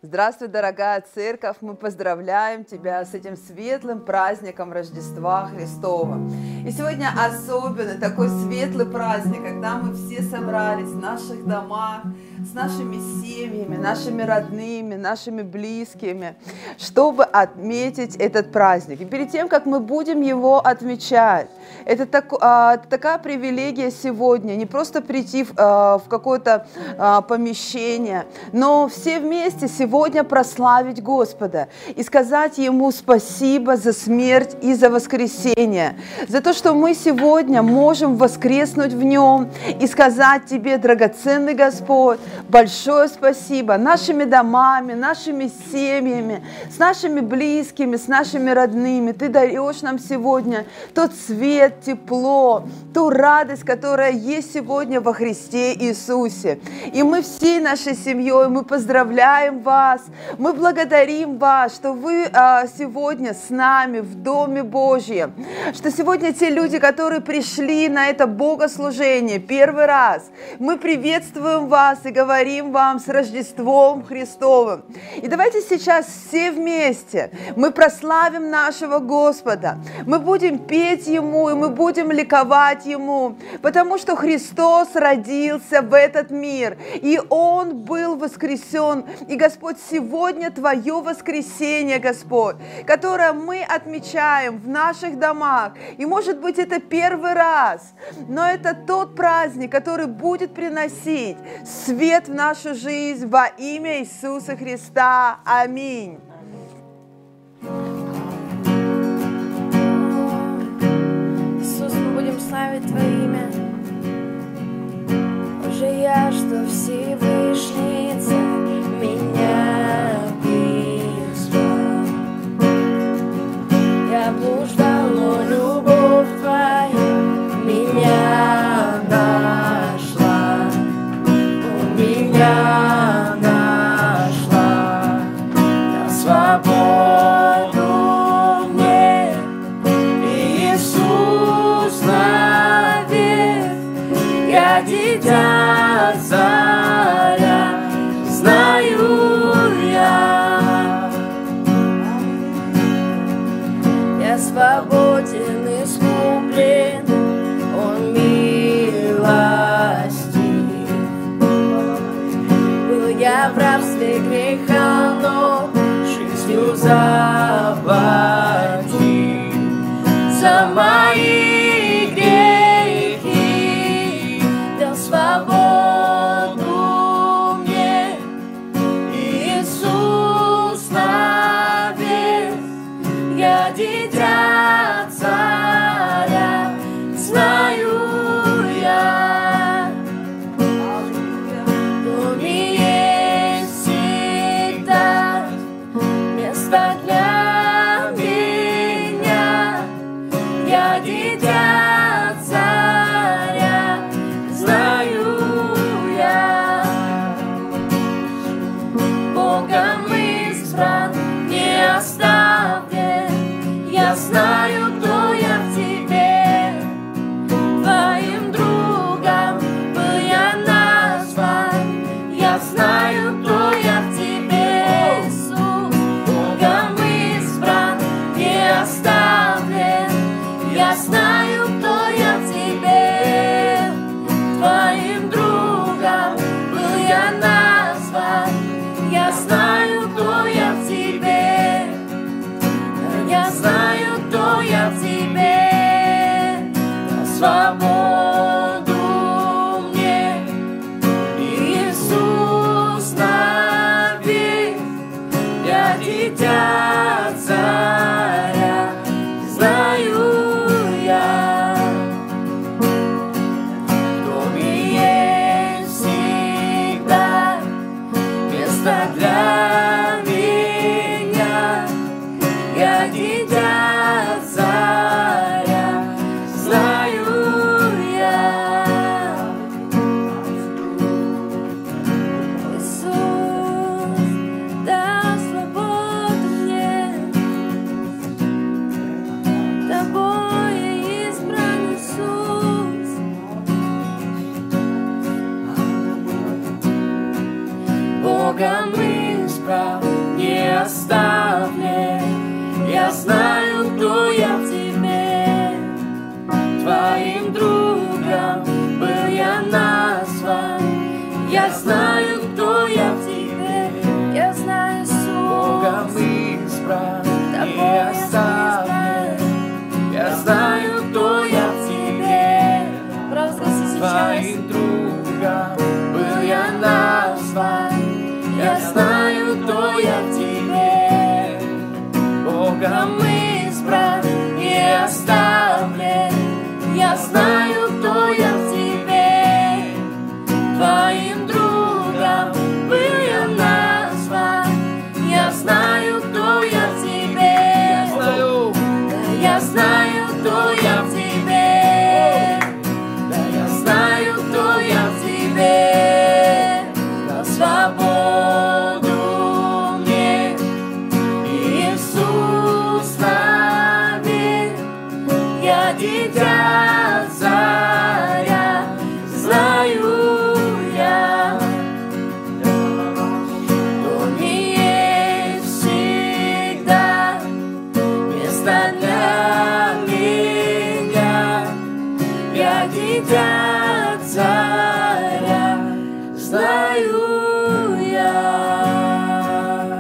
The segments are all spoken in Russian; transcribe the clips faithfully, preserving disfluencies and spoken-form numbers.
Здравствуй, дорогая церковь! Мы поздравляем тебя с этим светлым праздником Рождества Христова. И сегодня особенно такой светлый праздник, когда мы все собрались в наших домах, с нашими семьями, нашими родными, нашими близкими, чтобы отметить этот праздник. И перед тем, как мы будем его отмечать, это так, а, такая привилегия сегодня, не просто прийти в, а, в какое-то а, помещение, но все вместе сегодня прославить Господа и сказать Ему спасибо за смерть и за воскресение, за то, что мы сегодня можем воскреснуть в Нем и сказать Тебе, драгоценный Господь, большое спасибо нашими домами, нашими семьями, с нашими близкими, с нашими родными. Ты даешь нам сегодня тот свет, тепло, ту радость, которая есть сегодня во Христе Иисусе. И мы всей нашей семьей, мы поздравляем вас, мы благодарим вас, что вы а, сегодня с нами в Доме Божьем, что сегодня те люди, которые пришли на это богослужение первый раз, мы приветствуем вас и говорим вам с Рождеством Христовым. И давайте сейчас все вместе мы прославим нашего Господа, мы будем петь Ему, и мы будем ликовать Ему, потому что Христос родился в этот мир, и Он был воскресен. И, Господь, сегодня Твое воскресение, Господь, которое мы отмечаем в наших домах, и, может быть, это первый раз, но это тот праздник, который будет приносить свет в нашу жизнь во имя Иисуса Христа. Аминь. Иисус, мы будем славить Твое имя. Уже я, что Всевышний Царь меня призвал. Я блуждал, но любовь Твоя меня нашла. У меня нашла. Я свободу мне. Иисус навек. Я дитя царя, знаю я. Я свободен, искуплен, Он милостив. Был я в рабстве греха, но жизнью заплатил за мои грехи, дал свободу мне. Иисус навек. Я дитя царя, знаю я. В доме есть всегда место для меня. Я дитя царя, знаю я. Богом избран, не оставлен. Я знаю, кто я в Тебе. Твоим другом был я назван. Я знаю, кто я в Тебе. Иисус, Богом избран, не оставлен. Я знаю, кто я в Тебе. Твоим другом был я назван. Я знаю, кто я в Тебе. Я знаю, кто я в Тебе. На свободу мне. Иисус навек. Я дитя царя, знаю я. В доме есть всегда место для меня. Я дитя царя, знаю я. Иисус дал свободу мне. Тобой я избран, Иисус. Богом избран. избрал, не оставлен. Я знаю, кто я в тебе. Твоим другом был я назван. Я знаю, кто я в тебе. Я знаю, Иисус, Богом избран, не оставлен. Я знаю, кто я в тебе. провозгласи сейчас. Твоим другом был я назван. Я знаю, кто я в тебе. Богом избран, не оставлен. Я знаю, кто я в тебе. Твоим другом был я назван. Я знаю, кто я в тебе. Я знаю, кто я в тебе. Да, я знаю, кто я в тебе. На свободу мне Иисус навек. Я дитя царя, знаю я. Он не есть всегда место для меня. Я дитя царя, знаю я.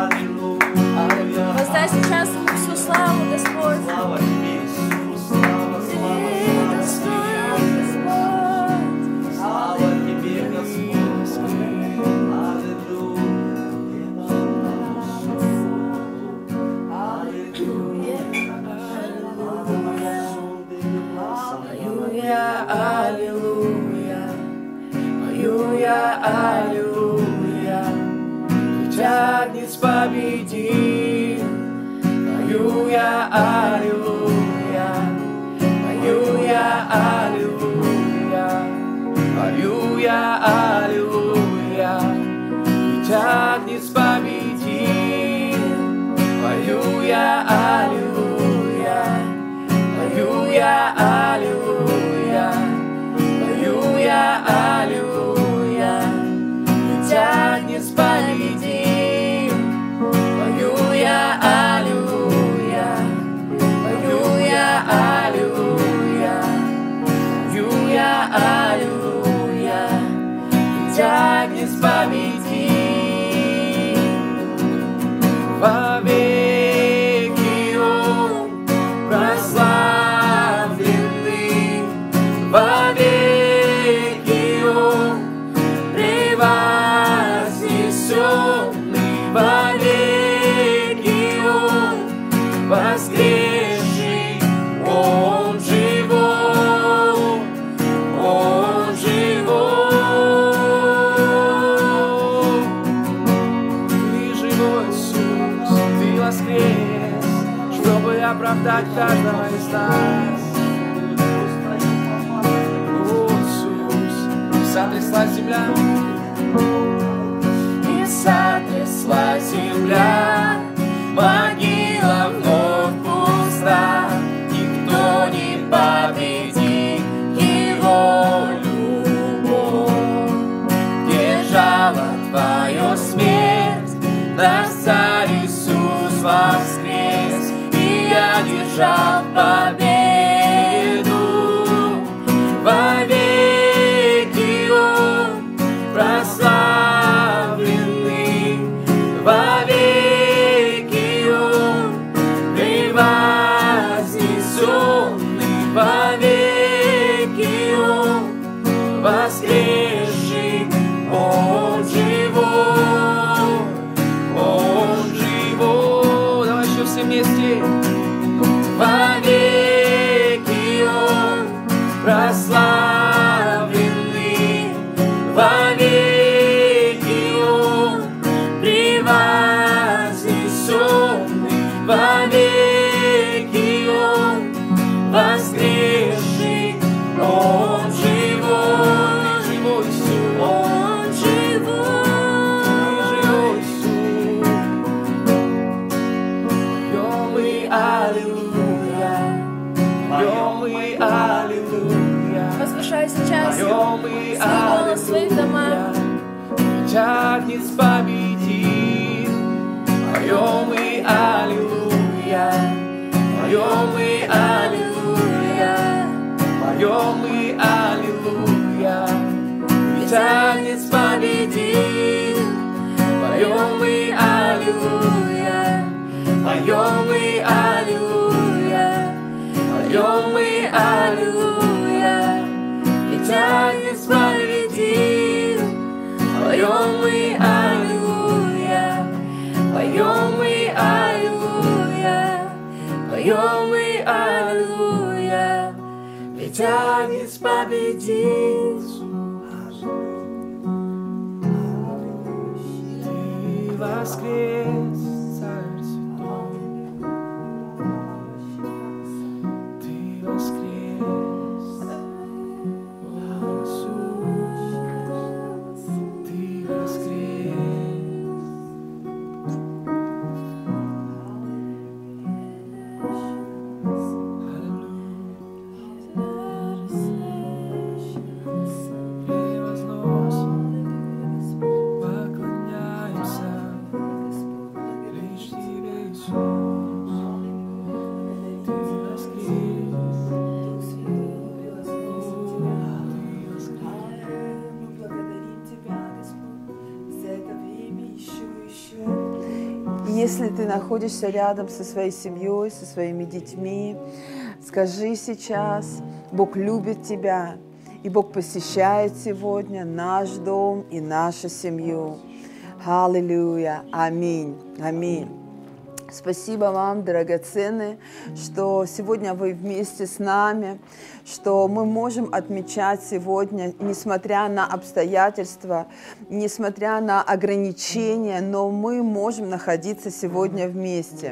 Воздай сейчас ему всю славу, Господь. Слава тебе, Иисус, слава, слава, Ты достоин, Господь. слава тебе, Господь. Пою я аллилуйя, пою я аллилуйя, ведь Агнец победил. Пою я аллилуйя, пою я аллилуйя, пою я аллилуйя, ведь Агнец победил. Пою я аллилуйя, пою я аллилуйя, пою я аллилуйя, ведь Агнец победил. Пою я аллилуйя, пою я аллилуйя, пою я аллилуйя, ведь Агнец победил. Вовеки Он прославленный, вовеки Он превознесенный, вовеки Он воскресший, Он живой, Он живой. Ты живой, Иисус, Ты воскрес, чтобы оправдать каждого из нас. О, Иисус, и сотряслась земля, и сотряслась земля, могила вновь пуста, никто не победит Его любовь. Держала Твою смерть, наш Царь Иисус воскрес, и одержал победу. Вовеки Он прославленный, вовеки Он превознесенный, вовеки Он воскресший, Он живой, Он живой. Давай еще все вместе. Вовеки Он прославленный, вовеки Он превознесенный, вовеки Он воскресший, Он живой, Ты живой, Иисус, Он живой, Ты живой, Иисус. Поем мы аллилуйя, поем мы аллилуйя, Возвышай сейчас поем мы свой голос в своих домах. аллилуйя, ведь Агнец победил. Поем мы аллилуйя, поем мы аллилуйя, поем мы аллилуйя, ведь Агнец победил. Поем мы аллилуйя, поем мы аллилуйя, поем мы аллилуйя, ведь Агнец победил. Поем мы аллилуйя, поем мы аллилуйя, поем мы аллилуйя, ведь Агнец победил. Ты воскрес, Царь Святой, Ты воскрес, о Иисус, Ты воскрес. Если ты находишься рядом со своей семьей, со своими детьми, скажи сейчас: Бог любит тебя, и Бог посещает сегодня наш дом и нашу семью. Аллилуйя! Аминь! Аминь! Спасибо вам, драгоценные, что сегодня вы вместе с нами, что мы можем отмечать сегодня, несмотря на обстоятельства, несмотря на ограничения, но мы можем находиться сегодня вместе.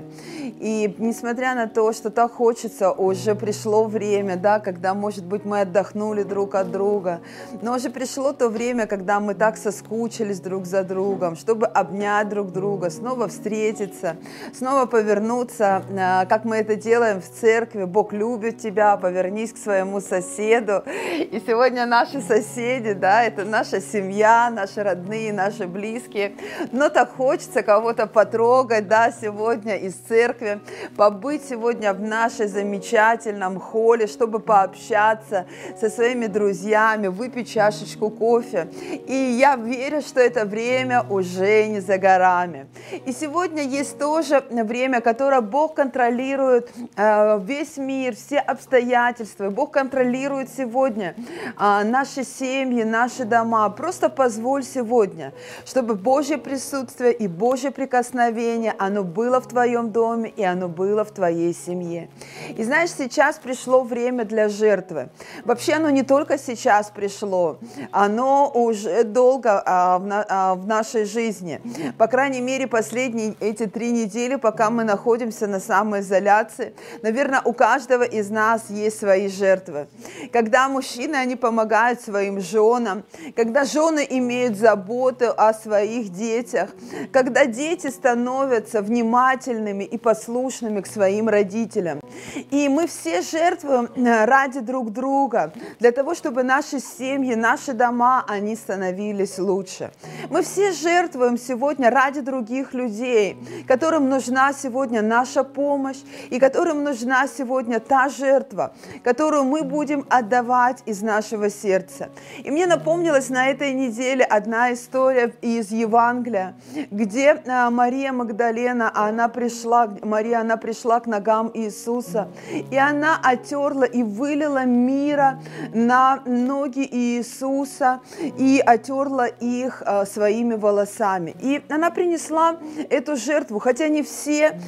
И несмотря на то, что так хочется, уже пришло время, да, когда, может быть, мы отдохнули друг от друга, но уже пришло то время, когда мы так соскучились друг за другом, чтобы обнять друг друга, снова встретиться, снова повернуться, как мы это делаем в церкви. Бог любит тебя, повернись к своему соседу. И сегодня наши соседи, да, это наша семья, наши родные, наши близкие. Но так хочется кого-то потрогать, да, сегодня из церкви, побыть сегодня в нашем замечательном холле, чтобы пообщаться со своими друзьями, выпить чашечку кофе. И я верю, что это время уже не за горами. И сегодня есть тоже время, которое Бог контролирует э, весь мир, все обстоятельства. Бог контролирует сегодня э, наши семьи, наши дома. Просто позволь сегодня, чтобы Божье присутствие и Божье прикосновение, оно было в твоем доме и оно было в твоей семье. И знаешь, сейчас пришло время для жертвы. Вообще оно не только сейчас пришло, оно уже долго а, в, на, а, в нашей жизни. По крайней мере, последние эти три недели, пока мы находимся на самоизоляции, наверное, у каждого из нас есть свои жертвы. Когда мужчины, они помогают своим женам, когда жены имеют заботу о своих детях, когда дети становятся внимательными и послушными к своим родителям. И мы все жертвуем ради друг друга, для того, чтобы наши семьи, наши дома, они становились лучше. Мы все жертвуем сегодня ради других людей, которым нужна сегодня наша помощь и которым нужна сегодня та жертва, которую мы будем отдавать из нашего сердца. И мне напомнилась на этой неделе одна история из Евангелия, где Мария Магдалена, она пришла, Мария, она пришла к ногам Иисуса, и она оттерла и вылила мира на ноги Иисуса и оттерла их своими волосами. И она принесла эту жертву, хотя не все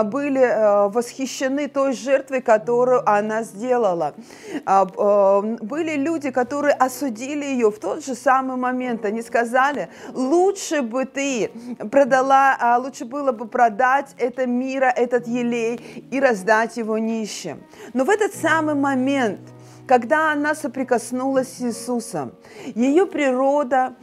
были восхищены той жертвой, которую она сделала. Были люди, которые осудили ее в тот же самый момент. Они сказали: лучше бы ты продала, лучше было бы продать это мира, этот елей и раздать его нищим. Но в этот самый момент когда она соприкоснулась с Иисусом. Ее природа,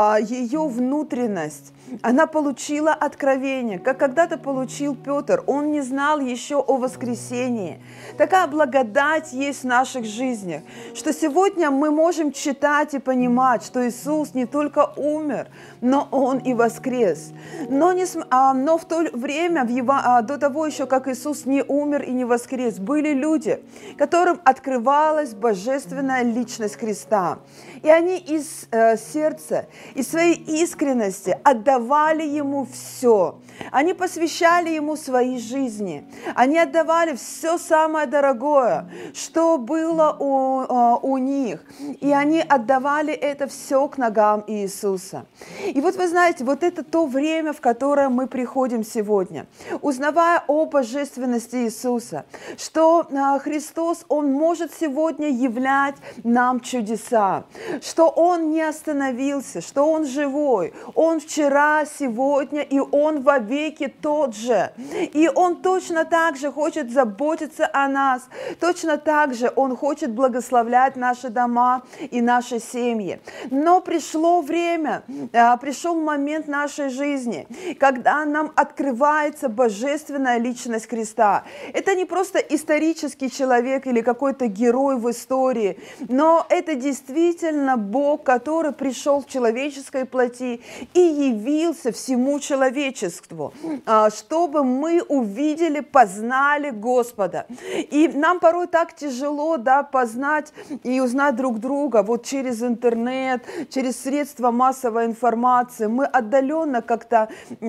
ее внутренность, она получила откровение, как когда-то получил Петр. Он не знал еще о воскресении. Такая благодать есть в наших жизнях, что сегодня мы можем читать и понимать, что Иисус не только умер, но Он и воскрес. Но, не, но в то время, в его, до того еще, как Иисус не умер и не воскрес, были люди, которым открывалась божественная личность Христа. И они из э, сердца, из своей искренности отдавали Ему все. Они посвящали Ему свои жизни. Они отдавали все самое дорогое, что было у, э, у них. И они отдавали это все к ногам Иисуса. И вот вы знаете, вот это то время, в которое мы приходим сегодня, узнавая о божественности Иисуса, что э, Христос, Он может сегодня являть нам чудеса, что Он не остановился, что Он живой, Он вчера, сегодня, и Он вовеки тот же. И Он точно так же хочет заботиться о нас, точно так же Он хочет благословлять наши дома и наши семьи. Но пришло время, пришел момент нашей жизни, когда нам открывается божественная личность Христа. Это не просто исторический человек или какой-то герой в истории, но это действительно Бог, который пришел в человеческой плоти и явился всему человечеству, чтобы мы увидели, познали Господа. И нам порой так тяжело, да, познать и узнать друг друга вот через интернет, через средства массовой информации. Мы отдаленно как-то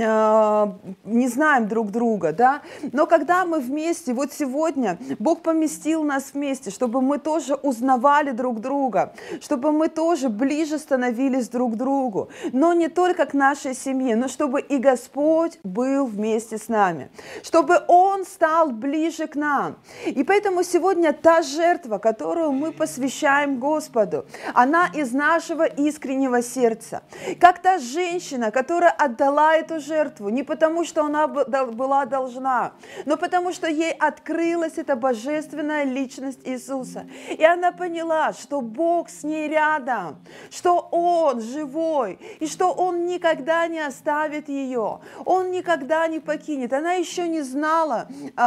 э, не знаем друг друга, да, но когда мы вместе, вот сегодня Бог поместил нас вместе, чтобы мы тоже узнавали друг друга, чтобы мы тоже ближе становились друг к другу, но не только к нашей семье, но чтобы и Господь был вместе с нами, чтобы Он стал ближе к нам. И поэтому сегодня та жертва, которую мы посвящаем Господу, она из нашего искреннего сердца. Как та женщина, которая отдала эту жертву, не потому, что она была должна, но потому, что ей открылась эта божественная личность Иисуса. И она поняла, что Бог с ней рядом, что Он живой, и что Он никогда не оставит ее, Он никогда не покинет. Она еще не знала,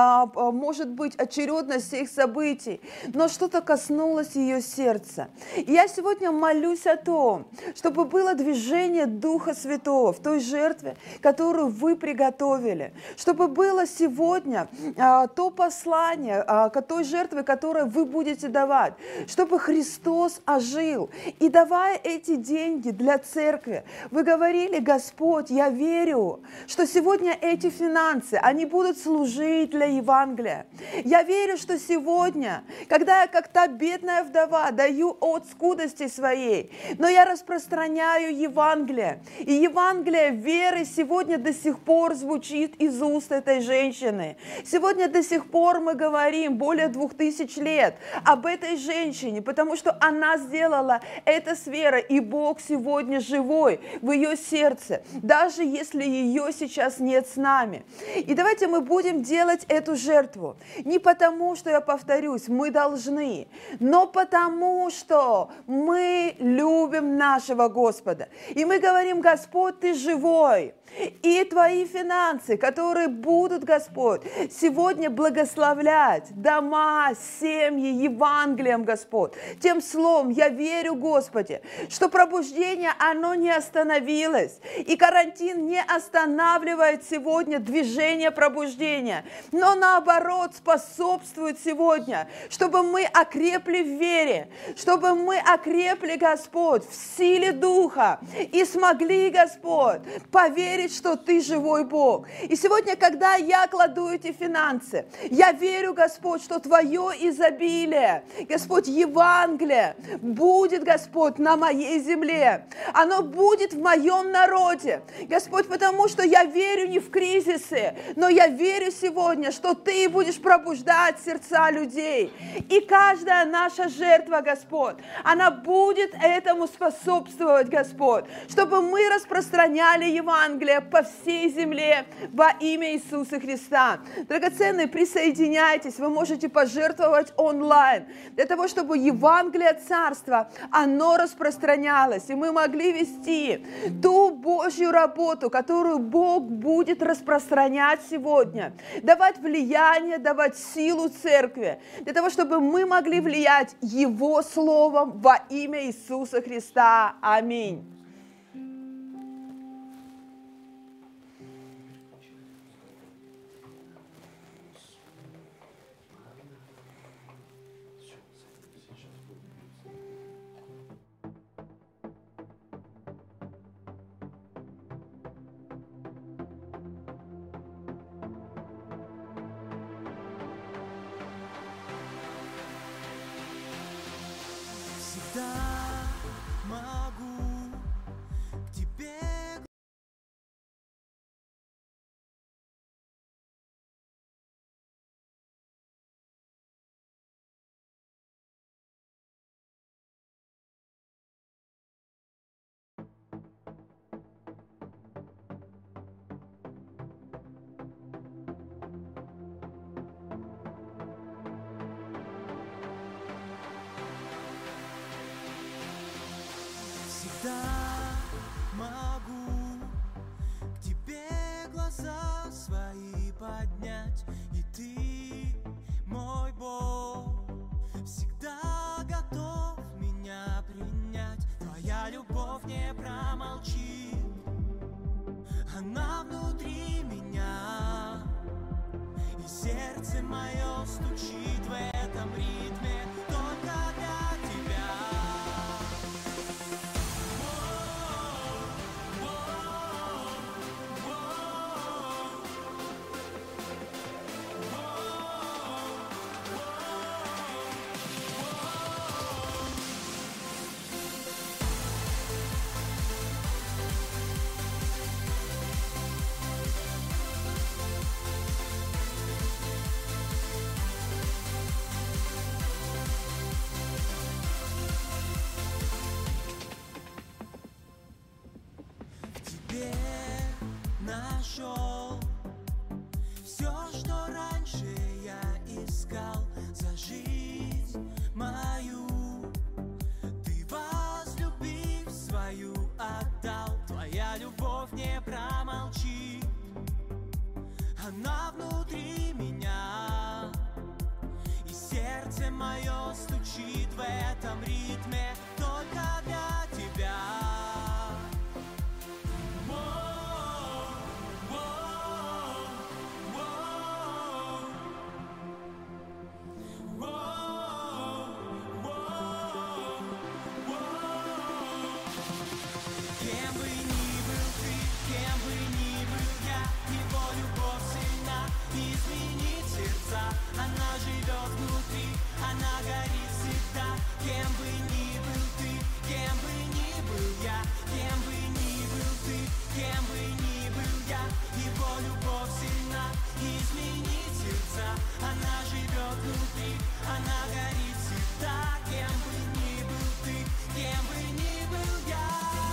может быть, очередность всех событий, но что-то коснулось ее сердца. И я сегодня молюсь о том, чтобы было движение Духа Святого в той жертве, которую вы приготовили, чтобы было сегодня то послание, к той жертве, которую вы будете давать, чтобы Христос ожил. И давая эти деньги для церкви, вы говорили: Господь, я верю, что сегодня эти финансы, они будут служить для Евангелия. Я верю, что сегодня, когда я как та бедная вдова даю от скудости своей, но я распространяю Евангелие, и Евангелие веры сегодня до сих пор звучит из уст этой женщины. Сегодня до сих пор мы говорим более двух тысяч лет об этой женщине, потому что она сделала это с верой, и Бог сегодня живой в ее сердце, даже если ее сейчас нет с нами. И давайте мы будем делать эту жертву не потому, что, я повторюсь, мы должны, но потому, что мы любим нашего Господа. И мы говорим: Господь, Ты живой. И Твои финансы, которые будут, Господь, сегодня благословлять дома, семьи, Евангелием, Господь. Тем словом, я верю, Господи, что пробуждение, оно не остановилось. И карантин не останавливает сегодня движение пробуждения, но наоборот способствует сегодня, чтобы мы окрепли в вере, чтобы мы окрепли, Господь, в силе Духа и смогли, Господь, поверить, что Ты живой Бог. И сегодня, когда я кладу эти финансы, я верю, Господь, что Твое изобилие, Господь, Евангелие будет будет, Господь, на моей земле. Оно будет в моем народе. Господь, потому что я верю не в кризисы, но я верю сегодня, что Ты будешь пробуждать сердца людей. И каждая наша жертва, Господь, она будет этому способствовать, Господь, чтобы мы распространяли Евангелие по всей земле во имя Иисуса Христа. Драгоценные, присоединяйтесь, вы можете пожертвовать онлайн для того, чтобы Евангелие Царства, оно распространялось, и мы могли вести ту Божью работу, которую Бог будет распространять сегодня, давать влияние, давать силу церкви, для того, чтобы мы могли влиять Его Словом во имя Иисуса Христа. Аминь. Всегда могу к тебе. Всегда могу к тебе глаза свои поднять, и ты, мой Бог, всегда готов меня принять. Твоя любовь не промолчит, она внутри меня, и сердце мое стучит в этом ритме только для тебя. Нашел все, что раньше я искал за жизнь мою. Ты, возлюбив свою, отдал. Твоя любовь не промолчит, она внутри меня, и сердце мое стучит в этом ритме только для тебя. Она живет внутри, она горит всегда. Кем бы ни был ты, кем бы ни был я, кем бы ни был ты, кем бы ни был я, его любовь сильна, изменит сердца. Она живет внутри, она горит всегда. Кем бы ни был ты, кем бы ни был я.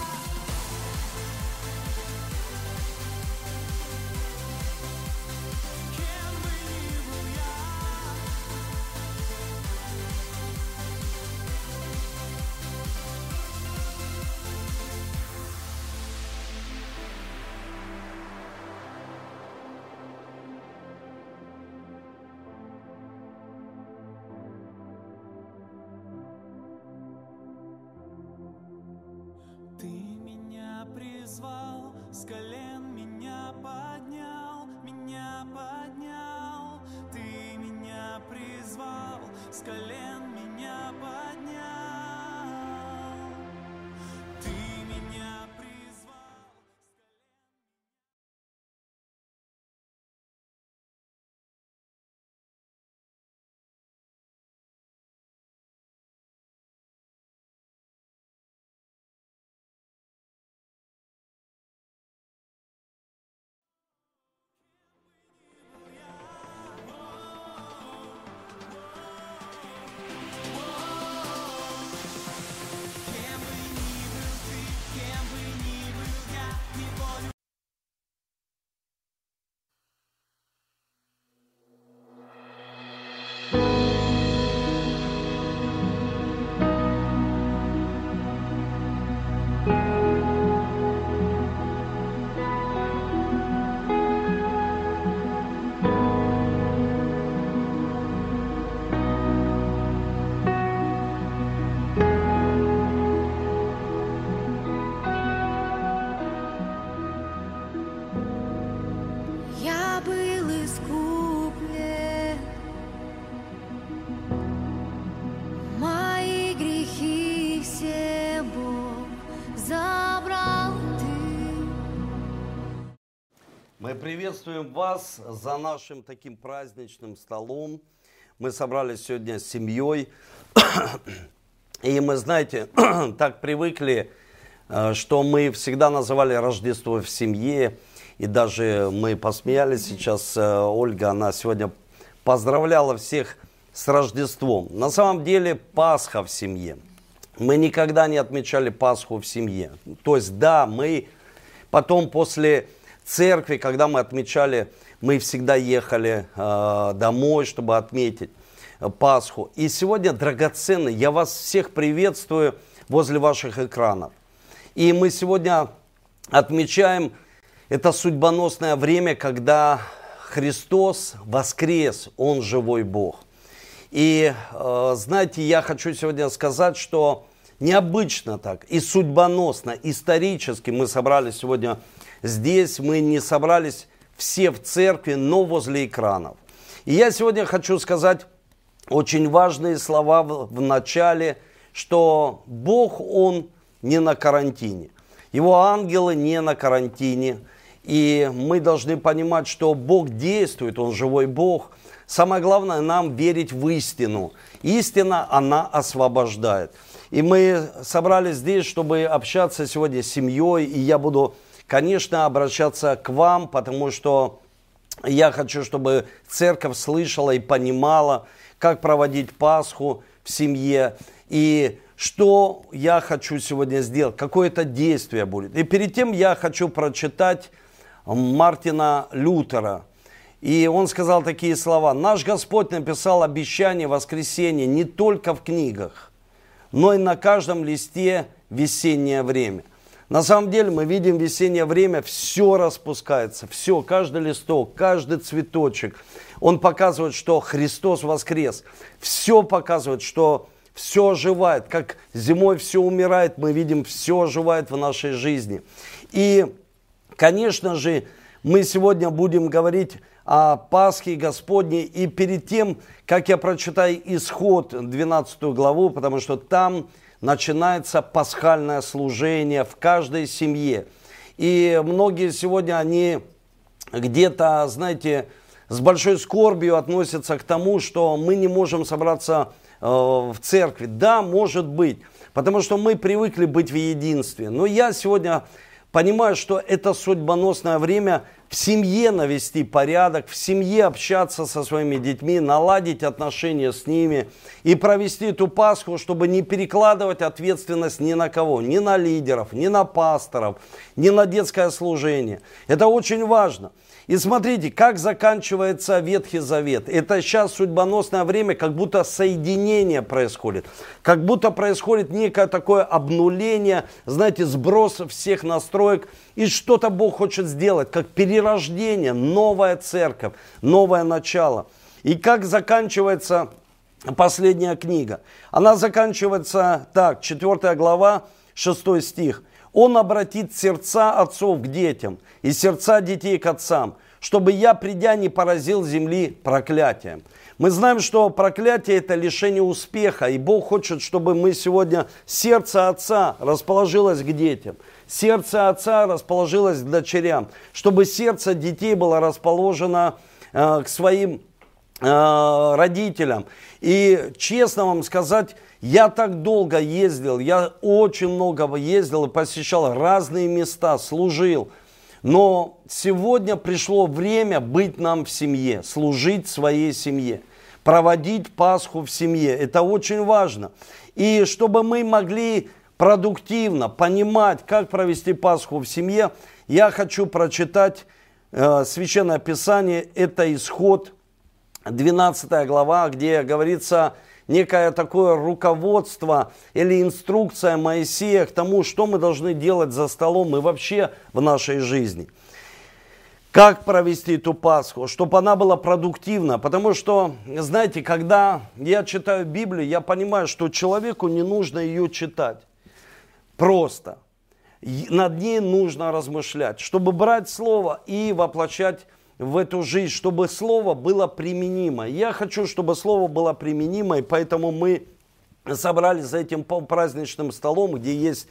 Ты меня призвал, с колен меня поднял, меня поднял. Ты меня призвал, с колен меня поднял. искуплен. Мои грехи все, Бог, забрал Ты. Мы приветствуем вас за нашим таким праздничным столом. Мы собрались сегодня с семьей. И мы, знаете, так привыкли, что мы всегда называли Рождество в семье. И даже мы посмеялись сейчас. Ольга, она сегодня поздравляла всех с Рождеством. На самом деле Пасха в семье. Мы никогда не отмечали Пасху в семье. То есть, да, мы потом после церкви, когда мы отмечали, мы всегда ехали э, домой, чтобы отметить Пасху. И сегодня, драгоценные, я вас всех приветствую возле ваших экранов. И мы сегодня отмечаем это судьбоносное время, когда Христос воскрес, Он живой Бог. И, э, знаете, я хочу сегодня сказать, что необычно так, и судьбоносно, исторически мы собрались сегодня здесь, мы не собрались все в церкви, но возле экранов. И я сегодня хочу сказать очень важные слова в, в начале, что Бог, Он не на карантине. Его ангелы не на карантине. И мы должны понимать, что Бог действует, Он живой Бог. Самое главное нам верить в истину. Истина, она освобождает. И мы собрались здесь, чтобы общаться сегодня с семьей. И я буду, конечно, обращаться к вам, потому что я хочу, чтобы церковь слышала и понимала, как проводить Пасху в семье, и что я хочу сегодня сделать, какое-то действие будет. И перед тем я хочу прочитать Мартина Лютера. И он сказал такие слова: «Наш Господь написал обещание воскресения не только в книгах, но и на каждом листе весеннее время». На самом деле мы видим весеннее время, все распускается, все, каждый листок, каждый цветочек. Он показывает, что Христос воскрес. Все показывает, что все оживает. Как зимой все умирает, мы видим, все оживает в нашей жизни. И, конечно же, мы сегодня будем говорить о Пасхе Господней. И перед тем, как я прочитаю Исход, двенадцатую главу, потому что там начинается пасхальное служение в каждой семье. И многие сегодня, они где-то, знаете, с большой скорбью относятся к тому, что мы не можем собраться э, в церкви. Да, может быть, потому что мы привыкли быть в единстве. Но я сегодня понимаю, что это судьбоносное время в семье навести порядок, в семье общаться со своими детьми, наладить отношения с ними и провести эту Пасху, чтобы не перекладывать ответственность ни на кого, ни на лидеров, ни на пасторов, ни на детское служение. Это очень важно. И смотрите, как заканчивается Ветхий Завет. Это сейчас судьбоносное время, как будто соединение происходит. Как будто происходит некое такое обнуление, знаете, сброс всех настроек. И что-то Бог хочет сделать, как перерождение, новая церковь, новое начало. И как заканчивается последняя книга? Она заканчивается так, четвёртая глава, шестой стих. «Он обратит сердца отцов к детям и сердца детей к отцам, чтобы я, придя, не поразил земли проклятием». Мы знаем, что проклятие – это лишение успеха, и Бог хочет, чтобы мы сегодня, сердце отца расположилось к детям, сердце отца расположилось к дочерям, чтобы сердце детей было расположено э, к своим э, родителям. И честно вам сказать, я так долго ездил, я очень много ездил и посещал разные места, служил. Но сегодня пришло время быть нам в семье, служить своей семье, проводить Пасху в семье. Это очень важно. И чтобы мы могли продуктивно понимать, как провести Пасху в семье, я хочу прочитать э, Священное Писание. Это Исход, двенадцатая глава, где говорится некое такое руководство или инструкция Моисея к тому, что мы должны делать за столом и вообще в нашей жизни. Как провести эту Пасху, чтобы она была продуктивна. Потому что, знаете, когда я читаю Библию, я понимаю, что человеку не нужно ее читать. Просто. Над ней нужно размышлять, чтобы брать слово и воплощать в эту жизнь, чтобы Слово было применимо. Я хочу, чтобы Слово было применимо, и поэтому мы собрались за этим праздничным столом, где есть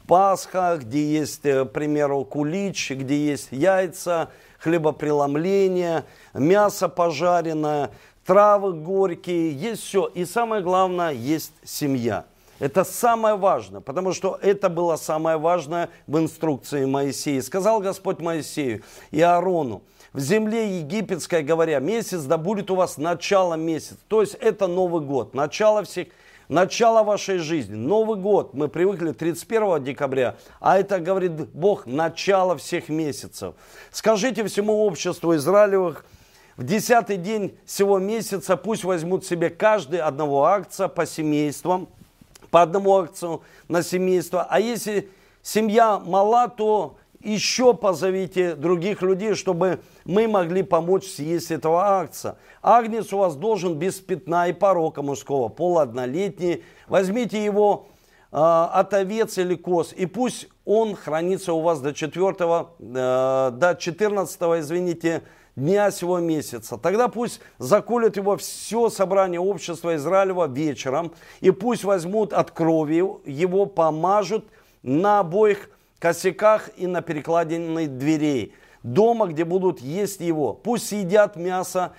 Пасха, где есть, к примеру, кулич, где есть яйца, хлебопреломление, мясо пожаренное, травы горькие, есть все. И самое главное, есть семья. Это самое важное, потому что это было самое важное в инструкции Моисея. Сказал Господь Моисею и Аарону: в земле египетской, говоря, месяц да будет у вас начало месяца. То есть это Новый год, начало всех, начало вашей жизни. Новый год, мы привыкли тридцать первого декабря, а это, говорит Бог, начало всех месяцев. Скажите всему обществу Израилевых: в десятый день сего месяца пусть возьмут себе каждый одного акция по семействам, по одному акцию на семейство. А если семья мала, то еще позовите других людей, чтобы мы могли помочь съесть этого акция. Агнец у вас должен без пятна и порока мужского, полуоднолетний. Возьмите его э, от овец или коз, и пусть он хранится у вас до четвертого, э, до четырнадцатого, извините, дня сего месяца. Тогда пусть заколют его все собрание общества Израилева вечером, и пусть возьмут от крови его, помажут на обоих косяках и на перекладине дверей дома, где будут есть его. Пусть съедят мясо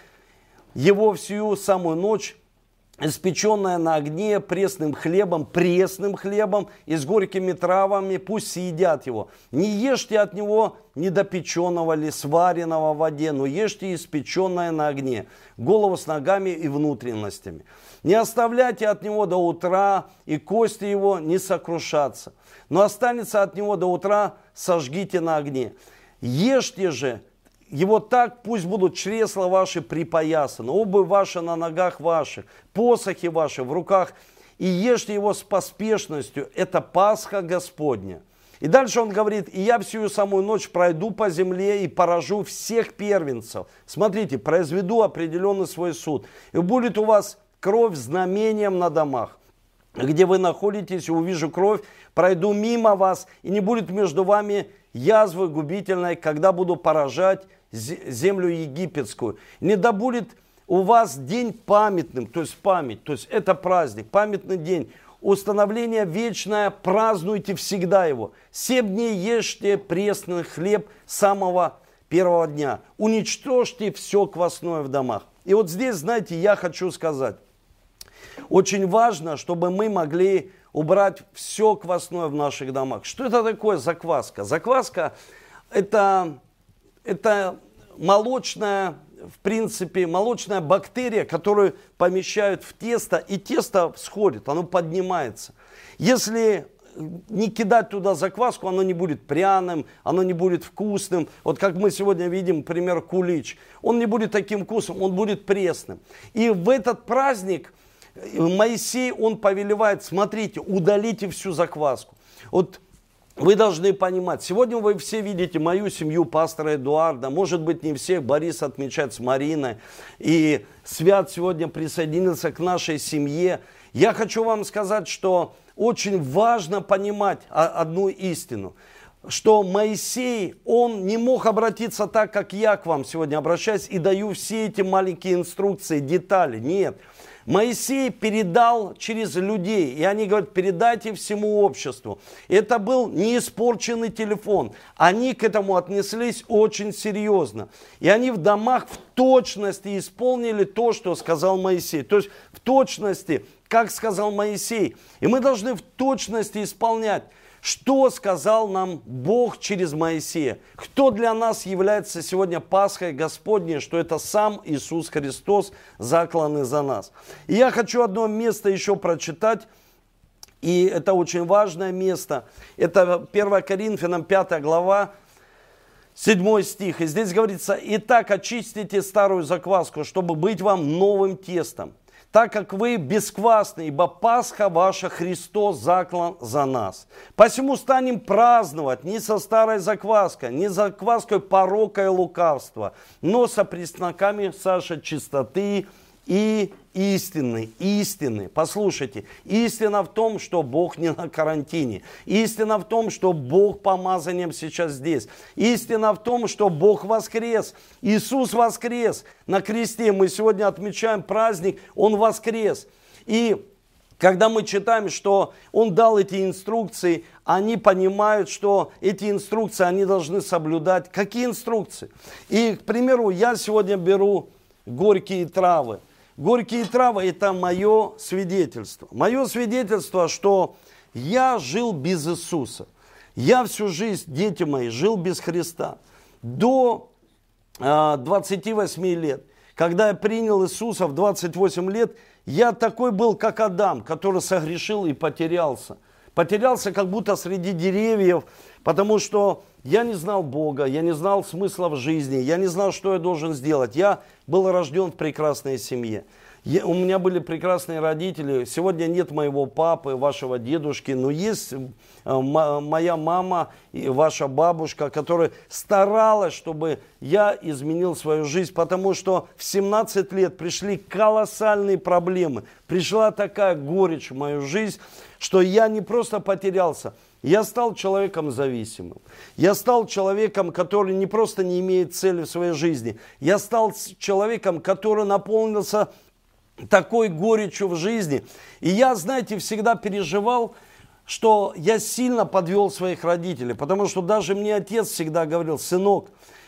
его всю самую ночь, испеченное на огне пресным хлебом, пресным хлебом и с горькими травами, пусть съедят его. Не ешьте от него недопеченного или сваренного в воде, но ешьте испеченное на огне, голову с ногами и внутренностями. Не оставляйте от него до утра, и кости его не сокрушатся. Но останется от него до утра, сожгите на огне. Ешьте же его так, пусть будут чресла ваши припоясаны, обувь ваша на ногах ваших, посохи ваши в руках, и ешьте его с поспешностью. Это Пасха Господня. И дальше он говорит: и я всю самую ночь пройду по земле и поражу всех первенцев. Смотрите, произведу определенный свой суд. И будет у вас кровь знамением на домах. Где вы находитесь, увижу кровь, пройду мимо вас, и не будет между вами язвы губительной, когда буду поражать землю египетскую. Не да будет у вас день памятным, то есть память, то есть это праздник, памятный день, установление вечное, празднуйте всегда его. Семь дней ешьте пресный хлеб самого первого дня. Уничтожьте все квасное в домах. И вот здесь, знаете, я хочу сказать, очень важно, чтобы мы могли убрать все квасное в наших домах. Что это такое закваска? Закваска это, это молочная, в принципе, молочная бактерия, которую помещают в тесто, и тесто всходит, оно поднимается. Если не кидать туда закваску, оно не будет пряным, оно не будет вкусным. Вот как мы сегодня видим, например, кулич. Он не будет таким вкусным, он будет пресным. И в этот праздник Моисей, он повелевает: смотрите, удалите всю закваску. Вот вы должны понимать, сегодня вы все видите мою семью, пастора Эдуарда, может быть, не всех, Борис отмечает с Мариной, и Свят сегодня присоединился к нашей семье. Я хочу вам сказать, что очень важно понимать одну истину, что Моисей, он не мог обратиться так, как я к вам сегодня обращаюсь и даю все эти маленькие инструкции, детали. Нет. Моисей передал через людей, и они говорят: передайте всему обществу. Это был неиспорченный телефон. Они к этому отнеслись очень серьезно. И они в домах в точности исполнили то, что сказал Моисей. То есть в точности, как сказал Моисей. И мы должны в точности исполнять, что сказал нам Бог через Моисея. Кто для нас является сегодня Пасхой Господней, что это сам Иисус Христос, закланный за нас. И я хочу одно место еще прочитать, и это очень важное место. Это первое Коринфянам пятая глава, седьмой стих. И здесь говорится: «Итак, очистите старую закваску, чтобы быть вам новым тестом, так как вы бесквасны, ибо Пасха ваша Христос заклан за нас. Посему станем праздновать не со старой закваской, не закваской порока и лукавства, но со пресноками Саша чистоты и истинны, истины. Послушайте, истина в том, что Бог не на карантине. Истина в том, что Бог помазанием сейчас здесь. Истина в том, что Бог воскрес. Иисус воскрес на кресте. Мы сегодня отмечаем праздник, Он воскрес. И когда мы читаем, что Он дал эти инструкции, они понимают, что эти инструкции они должны соблюдать. Какие инструкции? И, к примеру, я сегодня беру горькие травы. Горькие травы – это мое свидетельство. Мое свидетельство, что я жил без Иисуса. Я всю жизнь, дети мои, жил без Христа. До э, двадцати восьми лет. Когда я принял Иисуса в двадцать восемь лет, я такой был, как Адам, который согрешил и потерялся. Потерялся как будто среди деревьев, потому что я не знал Бога, я не знал смысла в жизни, я не знал, что я должен сделать. Я был рожден в прекрасной семье. Я, у меня были прекрасные родители. Сегодня нет моего папы, вашего дедушки, но есть э, моя мама и ваша бабушка, которая старалась, чтобы я изменил свою жизнь, потому что в семнадцать лет пришли колоссальные проблемы. Пришла такая горечь в мою жизнь, что я не просто потерялся, я стал человеком зависимым. Я стал человеком, который не просто не имеет цели в своей жизни. Я стал человеком, который наполнился такой горечью в жизни. И я, знаете, всегда переживал, что я сильно подвел своих родителей. Потому что даже мне отец всегда говорил: сынок,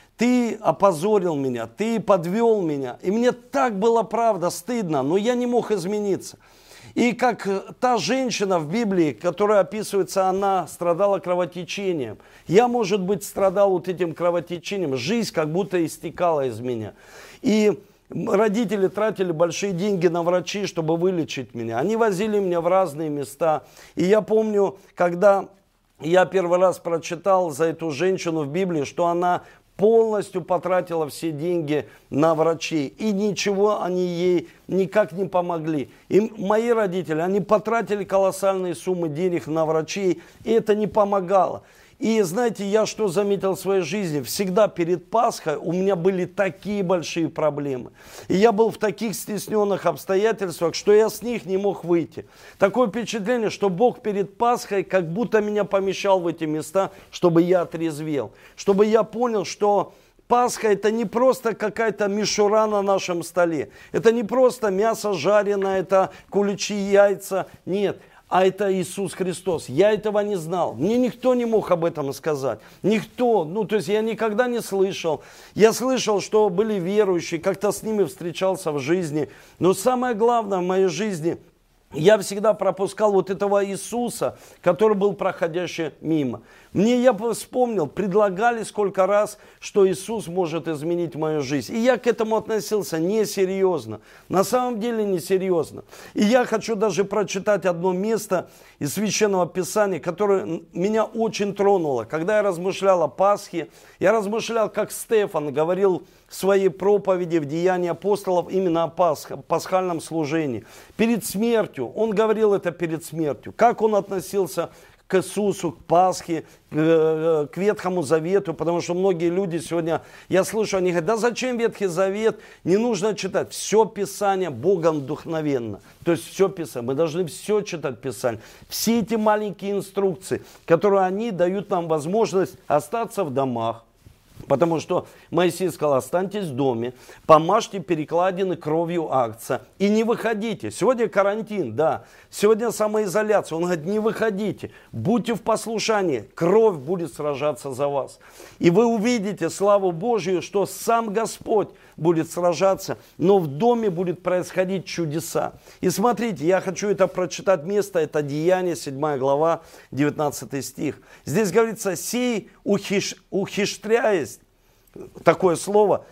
ты опозорил меня, ты подвел меня. И мне так было, правда, стыдно, но я не мог измениться. И как та женщина в Библии, которая описывается, она страдала кровотечением. Я, может быть, страдал вот этим кровотечением. Жизнь как будто истекала из меня. И родители тратили большие деньги на врачей, чтобы вылечить меня. Они возили меня в разные места. И я помню, когда я первый раз прочитал за эту женщину в Библии, что она полностью потратила все деньги на врачей. И ничего они ей никак не помогли. И мои родители, они потратили колоссальные суммы денег на врачей, и это не помогало. И знаете, я что заметил в своей жизни? Всегда перед Пасхой у меня были такие большие проблемы. И я был в таких стесненных обстоятельствах, что я с них не мог выйти. Такое впечатление, что Бог перед Пасхой как будто меня помещал в эти места, чтобы я отрезвел. Чтобы я понял, что Пасха – это не просто какая-то мишура на нашем столе. Это не просто мясо жареное, это куличи, яйца. Нет. А это Иисус Христос. Я этого не знал. Мне никто не мог об этом сказать. Никто. Ну, то есть я никогда не слышал. Я слышал, что были верующие, как-то с ними встречался в жизни. Но самое главное в моей жизни, я всегда пропускал вот этого Иисуса, который был проходящий мимо. Мне, я вспомнил, предлагали сколько раз, что Иисус может изменить мою жизнь. И я к этому относился несерьезно. На самом деле несерьезно. И я хочу даже прочитать одно место из Священного Писания, которое меня очень тронуло. Когда я размышлял о Пасхе, я размышлял, как Стефан говорил в своей проповеди в Деянии апостолов именно о Пасх, пасхальном служении. Перед смертью, он говорил это перед смертью. Как он относился к Иисусу, к Пасхе, к Ветхому Завету, потому что многие люди сегодня, я слышу, они говорят: да зачем Ветхий Завет, не нужно читать. Все Писание Богом вдохновенно. То есть все Писание, мы должны все читать Писание. Все эти маленькие инструкции, которые они дают нам возможность остаться в домах. Потому что Моисей сказал: останьтесь в доме, помажьте перекладины кровью агнца и не выходите. Сегодня карантин, да, сегодня самоизоляция. Он говорит: не выходите, будьте в послушании, кровь будет сражаться за вас. И вы увидите славу Божию, что сам Господь будет сражаться, но в доме будет происходить чудеса. И смотрите, я хочу это прочитать место, это Деяния, седьмая глава, девятнадцатый стих. Здесь говорится: сей ухиш, ухищряясь, такое слово,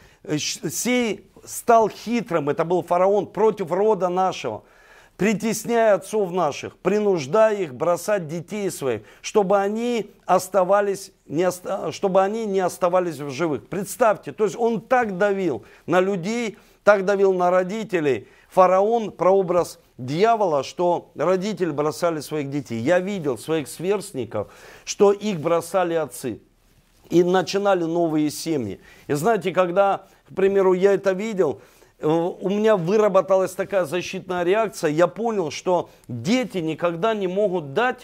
сей стал хитрым, это был фараон, против рода нашего, притесняя отцов наших, принуждая их бросать детей своих, чтобы они оставались, не оста... чтобы они не оставались в живых. Представьте, то есть он так давил на людей, так давил на родителей. Фараон, прообраз дьявола, что родители бросали своих детей. Я видел своих сверстников, что их бросали отцы. И начинали новые семьи. И знаете, когда, к примеру, я это видел, у меня выработалась такая защитная реакция, я понял, что дети никогда не могут дать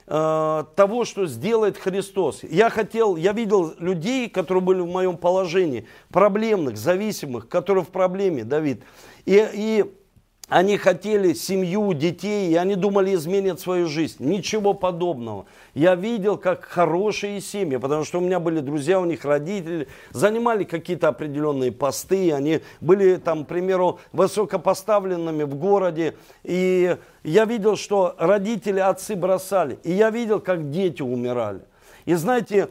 э, того, что сделает Христос. Я хотел, я видел людей, которые были в моем положении, проблемных, зависимых, которые в проблеме, Давид. И, и они хотели семью, детей, и они думали, изменят свою жизнь. Ничего подобного. Я видел, как хорошие семьи, потому что у меня были друзья, у них родители, занимали какие-то определенные посты, они были, там, к примеру, высокопоставленными в городе. И я видел, что родители, отцы бросали. И я видел, как дети умирали. И знаете,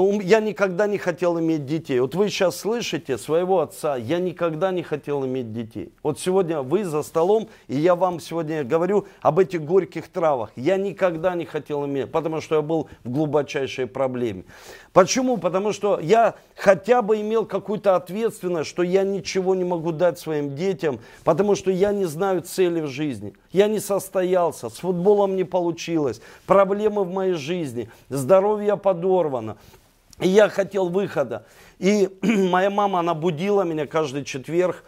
я никогда не хотел иметь детей. Вот вы сейчас слышите своего отца, я никогда не хотел иметь детей. Вот сегодня вы за столом, и я вам сегодня говорю об этих горьких травах. Я никогда не хотел иметь, потому что я был в глубочайшей проблеме. Почему? Потому что я хотя бы имел какую-то ответственность, что я ничего не могу дать своим детям, потому что я не знаю цели в жизни. Я не состоялся, с футболом не получилось, проблемы в моей жизни, здоровье подорвано. И я хотел выхода. И моя мама, она будила меня каждый четверг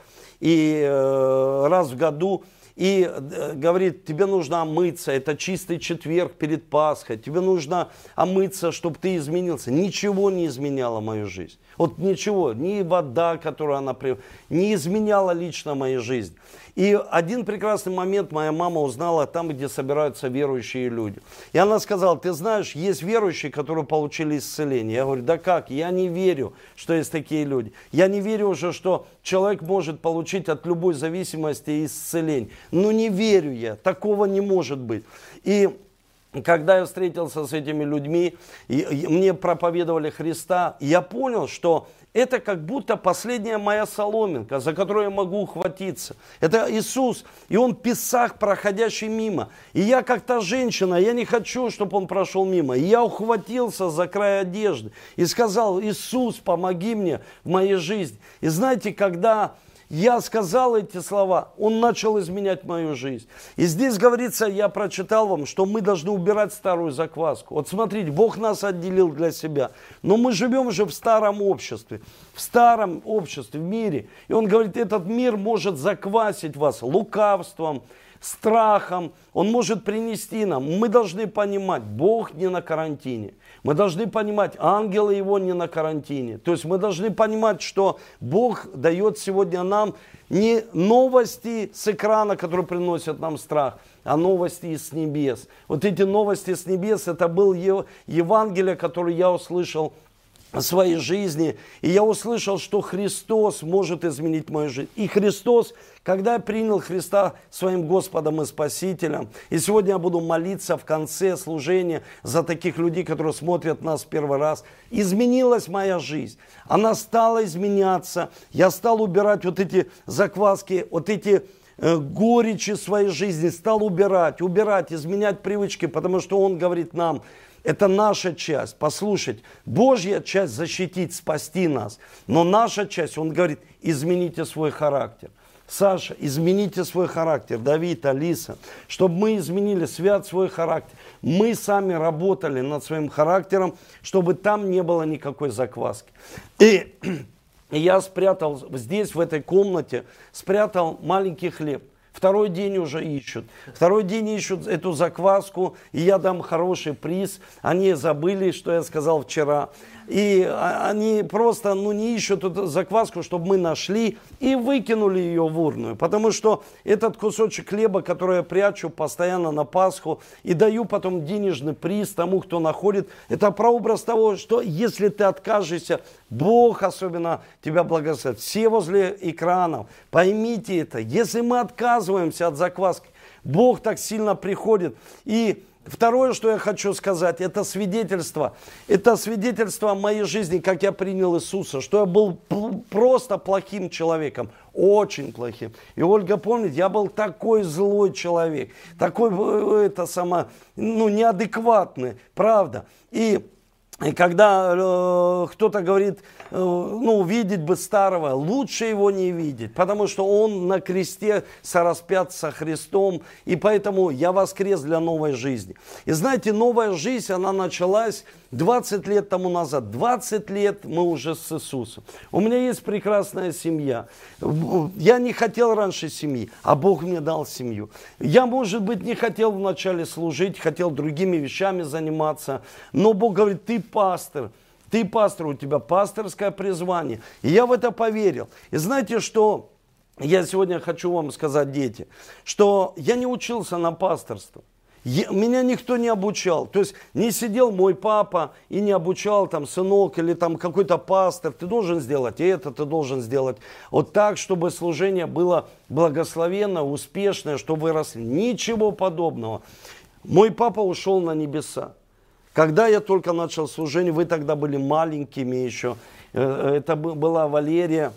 и э, раз в году. И э, говорит, тебе нужно омыться, это чистый четверг перед Пасхой. Тебе нужно омыться, чтобы ты изменился. Ничего не изменяло мою жизнь. Вот ничего, ни вода, которую она привела, не изменяла лично мою жизнь. И один прекрасный момент моя мама узнала там, где собираются верующие люди. И она сказала, ты знаешь, есть верующие, которые получили исцеление. Я говорю, да как? Я не верю, что есть такие люди. Я не верю уже, что человек может получить от любой зависимости исцеление. Ну не верю я, такого не может быть. И когда я встретился с этими людьми, и, и мне проповедовали Христа, я понял, что это как будто последняя моя соломинка, за которую я могу ухватиться. Это Иисус, и Он песах, проходящий мимо. И я как та женщина, я не хочу, чтобы Он прошел мимо. И я ухватился за край одежды и сказал, Иисус, помоги мне в моей жизни. И знаете, когда я сказал эти слова, Он начал изменять мою жизнь. И здесь говорится, я прочитал вам, что мы должны убирать старую закваску. Вот смотрите, Бог нас отделил для себя. Но мы живем же в старом обществе. В старом обществе, в мире. И Он говорит, этот мир может заквасить вас лукавством, страхом. Он может принести нам. Мы должны понимать, Бог не на карантине. Мы должны понимать, ангелы Его не на карантине. То есть мы должны понимать, что Бог дает сегодня нам не новости с экрана, которые приносят нам страх, а новости с небес. Вот эти новости с небес, это был Евангелие, которое я услышал в своей жизни. И я услышал, что Христос может изменить мою жизнь. И Христос, когда я принял Христа своим Господом и Спасителем, и сегодня я буду молиться в конце служения за таких людей, которые смотрят нас в первый раз, изменилась моя жизнь. Она стала изменяться. Я стал убирать вот эти закваски, вот эти э, горечи своей жизни, стал убирать, убирать, изменять привычки, потому что Он говорит нам, это наша часть, послушать, Божья часть защитить, спасти нас. Но наша часть, Он говорит, измените свой характер. Саша, измените свой характер, Давид, Алиса, чтобы мы изменили, Свят, свой характер. Мы сами работали над своим характером, чтобы там не было никакой закваски. И я спрятал здесь, в этой комнате, спрятал маленький хлеб. Второй день уже ищут. Второй день ищут эту закваску, и я дам хороший приз. Они забыли, что я сказал вчера. И они просто ну, не ищут эту закваску, чтобы мы нашли и выкинули ее в урну. Потому что этот кусочек хлеба, который я прячу постоянно на Пасху и даю потом денежный приз тому, кто находит, это прообраз того, что если ты откажешься, Бог особенно тебя благословит. Все возле экранов, поймите это, если мы отказываемся от закваски, Бог так сильно приходит. И второе, что я хочу сказать, это свидетельство. Это свидетельство моей жизни, как я принял Иисуса, что я был просто плохим человеком, очень плохим. И Ольга помнит, я был такой злой человек, такой, это сама, ну, неадекватный, правда. И И когда э, кто-то говорит, э, ну, увидеть бы старого, лучше его не видеть, потому что он на кресте сораспят со Христом, и поэтому я воскрес для новой жизни. И знаете, новая жизнь, она началась двадцать лет тому назад. двадцать лет мы уже с Иисусом. У меня есть прекрасная семья. Я не хотел раньше семьи, а Бог мне дал семью. Я, может быть, не хотел вначале служить, хотел другими вещами заниматься, но Бог говорит, ты пастор, ты пастор, у тебя пасторское призвание. И я в это поверил. И знаете, что я сегодня хочу вам сказать, дети, что я не учился на пасторство. Я, меня никто не обучал. То есть не сидел мой папа и не обучал там сынок или там какой-то пастор. Ты должен сделать это, ты должен сделать вот так, чтобы служение было благословенно, успешное, чтобы выросли. Ничего подобного. Мой папа ушел на небеса. Когда я только начал служение, вы тогда были маленькими еще. Это была Валерия,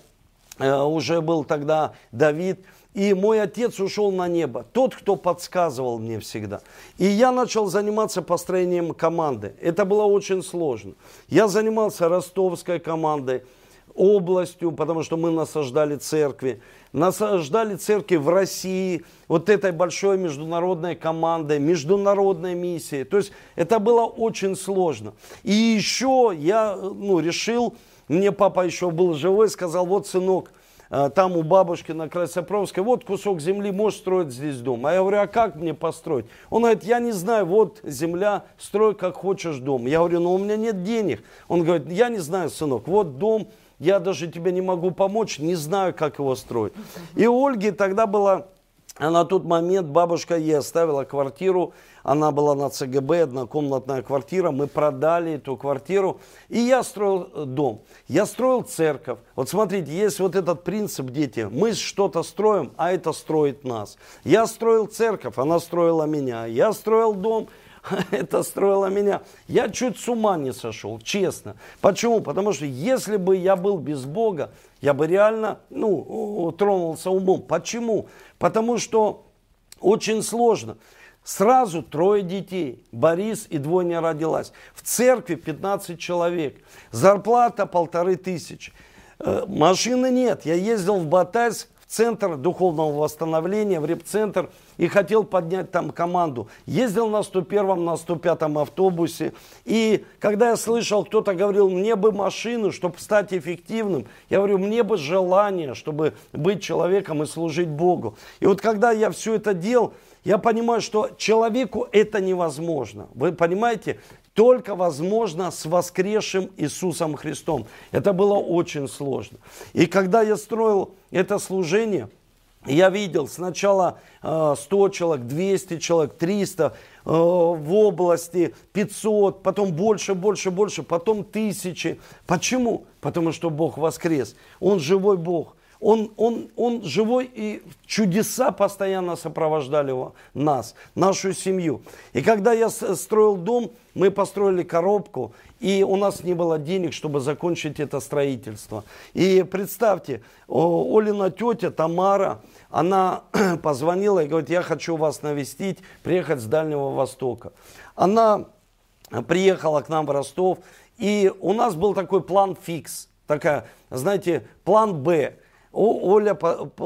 уже был тогда Давид. И мой отец ушел на небо, тот, кто подсказывал мне всегда. И я начал заниматься построением команды. Это было очень сложно. Я занимался ростовской командой, областью, потому что мы насаждали церкви. Насаждали церкви в России, вот этой большой международной командой, международной миссией. То есть это было очень сложно. И еще я ну, решил, мне папа еще был живой, сказал, вот, сынок, там у бабушки на Красопровской, вот кусок земли, можешь строить здесь дом. А я говорю, а как мне построить? Он говорит, я не знаю, вот земля, строй как хочешь дом. Я говорю, ну у меня нет денег. Он говорит, я не знаю, сынок, вот дом, я даже тебе не могу помочь, не знаю, как его строить. И у Ольги тогда была, на тот момент бабушка ей оставила квартиру, она была на ЦГБ, однокомнатная квартира, мы продали эту квартиру, и я строил дом, я строил церковь. Вот смотрите, есть вот этот принцип, дети, мы что-то строим, а это строит нас. Я строил церковь, она строила меня, я строил дом, это строило меня. Я чуть с ума не сошел, честно. Почему? Потому что если бы я был без Бога, я бы реально, ну, тронулся умом. Почему? Потому что очень сложно. Сразу трое детей, Борис и двойня родилась. В церкви пятнадцать человек, зарплата полторы тысячи. Э, машины нет. Я ездил в Батайск, в центр духовного восстановления, в репцентр, и хотел поднять там команду. Ездил на сто первом, на сто пятом автобусе. И когда я слышал, кто-то говорил, мне бы машину, чтобы стать эффективным, я говорю, мне бы желание, чтобы быть человеком и служить Богу. И вот когда я все это делал, я понимаю, что человеку это невозможно. Вы понимаете? Только возможно с воскресшим Иисусом Христом. Это было очень сложно. И когда я строил это служение, я видел сначала э, сто человек, двести человек, триста, э, в области пятьсот, потом больше, больше, больше, потом тысячи. Почему? Потому что Бог воскрес. Он живой Бог. Он, он, он живой, и чудеса постоянно сопровождали его, нас, нашу семью. И когда я строил дом, мы построили коробку, и у нас не было денег, чтобы закончить это строительство. И представьте, Олина тетя Тамара, она позвонила и говорит, я хочу вас навестить, приехать с Дальнего Востока. Она приехала к нам в Ростов, и у нас был такой план фикс, такая, знаете, план Б. Оля,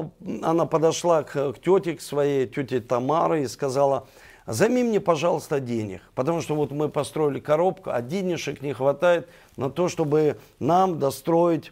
она подошла к, к тете, к своей тете Тамаре и сказала, займи мне, пожалуйста, денег, потому что вот мы построили коробку, а денежек не хватает на то, чтобы нам достроить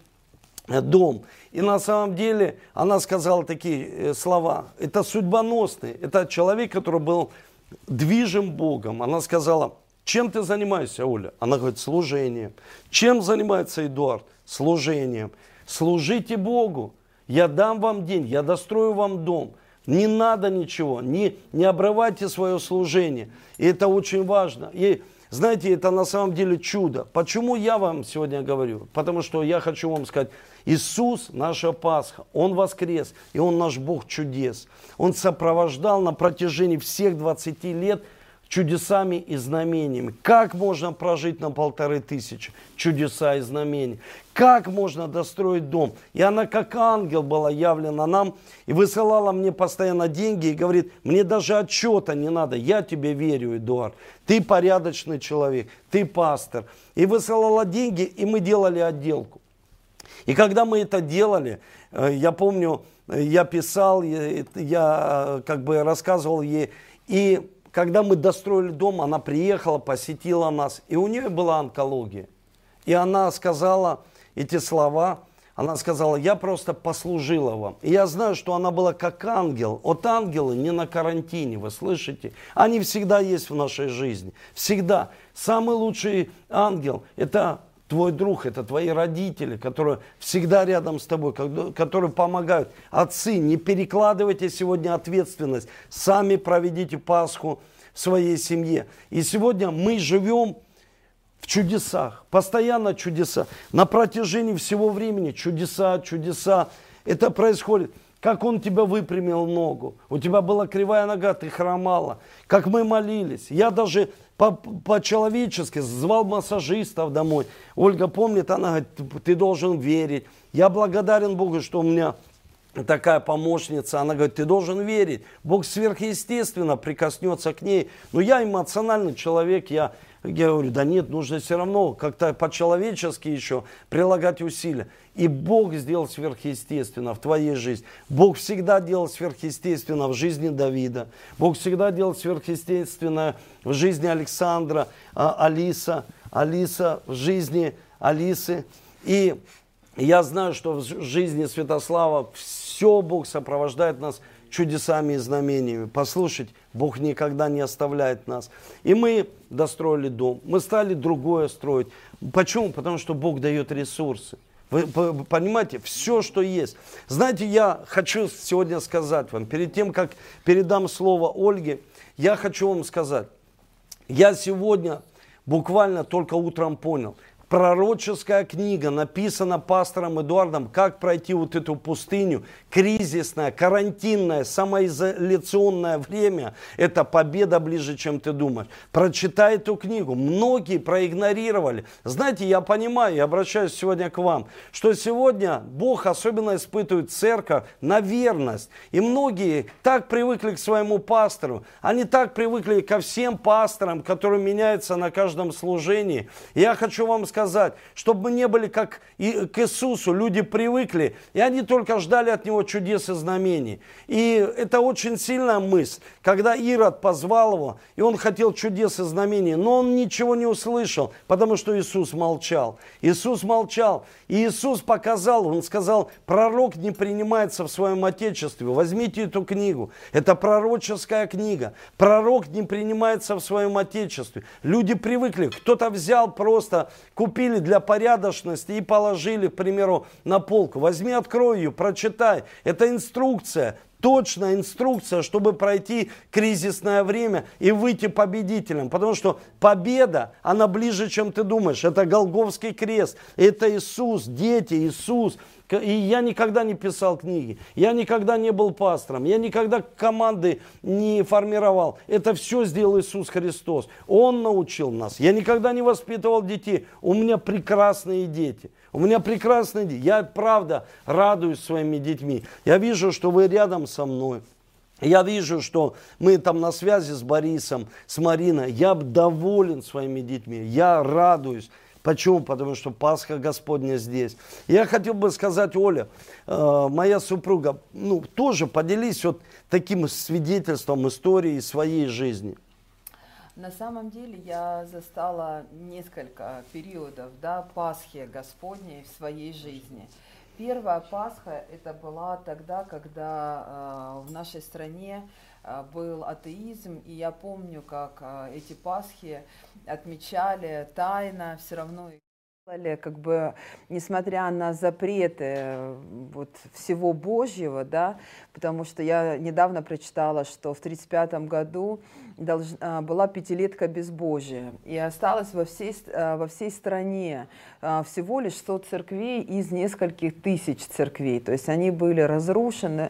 дом. И на самом деле она сказала такие слова, это судьбоносный, это человек, который был движим Богом. Она сказала, чем ты занимаешься, Оля? Она говорит, служением. Чем занимается Эдуард? Служением. Служите Богу. Я дам вам день, я дострою вам дом. Не надо ничего, не, не обрывайте свое служение. И это очень важно. И знаете, это на самом деле чудо. Почему я вам сегодня говорю? Потому что я хочу вам сказать, Иисус наша Пасха, Он воскрес, и Он наш Бог чудес. Он сопровождал на протяжении всех двадцати лет чудесами и знамениями. Как можно прожить на полторы тысячи? Чудеса и знамения. Как можно достроить дом? И она как ангел была явлена нам и высылала мне постоянно деньги и говорит, мне даже отчета не надо, я тебе верю, Эдуард. Ты порядочный человек, ты пастор. И высылала деньги, и мы делали отделку. И когда мы это делали, я помню, я писал, я как бы рассказывал ей, и когда мы достроили дом, она приехала, посетила нас, и у нее была онкология. И она сказала эти слова, она сказала, я просто послужила вам. И я знаю, что она была как ангел. Вот ангелы не на карантине, вы слышите? Они всегда есть в нашей жизни, всегда. Самый лучший ангел – это твой друг, это твои родители, которые всегда рядом с тобой, которые помогают. Отцы, не перекладывайте сегодня ответственность. Сами проведите Пасху в своей семье. И сегодня мы живем в чудесах, постоянно чудеса. На протяжении всего времени чудеса, чудеса. Это происходит. Как он тебя выпрямил ногу. У тебя была кривая нога, ты хромала. Как мы молились. Я даже по-человечески звал массажистов домой. Ольга помнит, она говорит, ты должен верить. Я благодарен Богу, что у меня такая помощница. Она говорит, ты должен верить. Бог сверхъестественно прикоснется к ней. Но я эмоциональный человек, я... Я говорю, да нет, нужно все равно как-то по-человечески еще прилагать усилия. И Бог сделал сверхъестественно в твоей жизни. Бог всегда делал сверхъестественно в жизни Давида. Бог всегда делал сверхъестественно в жизни Александра, Алиса, Алиса в жизни Алисы. И я знаю, что в жизни Святослава все Бог сопровождает нас чудесами и знамениями. Послушайте, Бог никогда не оставляет нас. И мы достроили дом, мы стали другое строить. Почему? Потому что Бог дает ресурсы. Вы понимаете, все, что есть. Знаете, я хочу сегодня сказать вам, перед тем, как передам слово Ольге, я хочу вам сказать, я сегодня буквально только утром понял, пророческая книга написана пастором Эдуардом, как пройти вот эту пустыню, кризисное, карантинное, самоизоляционное время. Это победа ближе, чем ты думаешь. Прочитай эту книгу. Многие проигнорировали. Знаете, я понимаю, я обращаюсь сегодня к вам, что сегодня Бог особенно испытывает церковь на верность. И многие так привыкли к своему пастору, они так привыкли ко всем пасторам, которые меняются на каждом служении. Я хочу вам сказать, сказать, чтобы мы не были как и к Иисусу, люди привыкли, и они только ждали от Него чудес и знамений. И это очень сильная мысль, когда Ирод позвал его, и он хотел чудес и знамений, но он ничего не услышал, потому что Иисус молчал. Иисус молчал, и Иисус показал, он сказал, пророк не принимается в своем отечестве, возьмите эту книгу, это пророческая книга, пророк не принимается в своем отечестве. Люди привыкли, кто-то взял просто, купили для порядочности и положили, к примеру, на полку. Возьми, открой ее, прочитай. Это инструкция, точная инструкция, чтобы пройти кризисное время и выйти победителем. Потому что победа, она ближе, чем ты думаешь. Это Голгофский крест, это Иисус, дети, Иисус. И я никогда не писал книги, я никогда не был пастором, я никогда команды не формировал. Это все сделал Иисус Христос. Он научил нас. Я никогда не воспитывал детей. У меня прекрасные дети. У меня прекрасные дети. Я, правда, радуюсь своими детьми. Я вижу, что вы рядом со мной. Я вижу, что мы там на связи с Борисом, с Мариной. Я доволен своими детьми. Я радуюсь. Почему? Потому что Пасха Господня здесь. Я хотел бы сказать, Оля, э, моя супруга, ну, тоже поделись вот таким свидетельством истории своей жизни. На самом деле я застала несколько периодов, да, Пасхи Господней в своей жизни. Первая Пасха это была тогда, когда э, в нашей стране э, был атеизм, и я помню, как э, эти Пасхи отмечали тайно, все равно Как бы, несмотря на запреты вот, всего Божьего, да, потому что я недавно прочитала, что в тридцать пятом году долж, была пятилетка безбожия, и осталось во всей, во всей стране всего лишь сто церквей из нескольких тысяч церквей. То есть они были разрушены,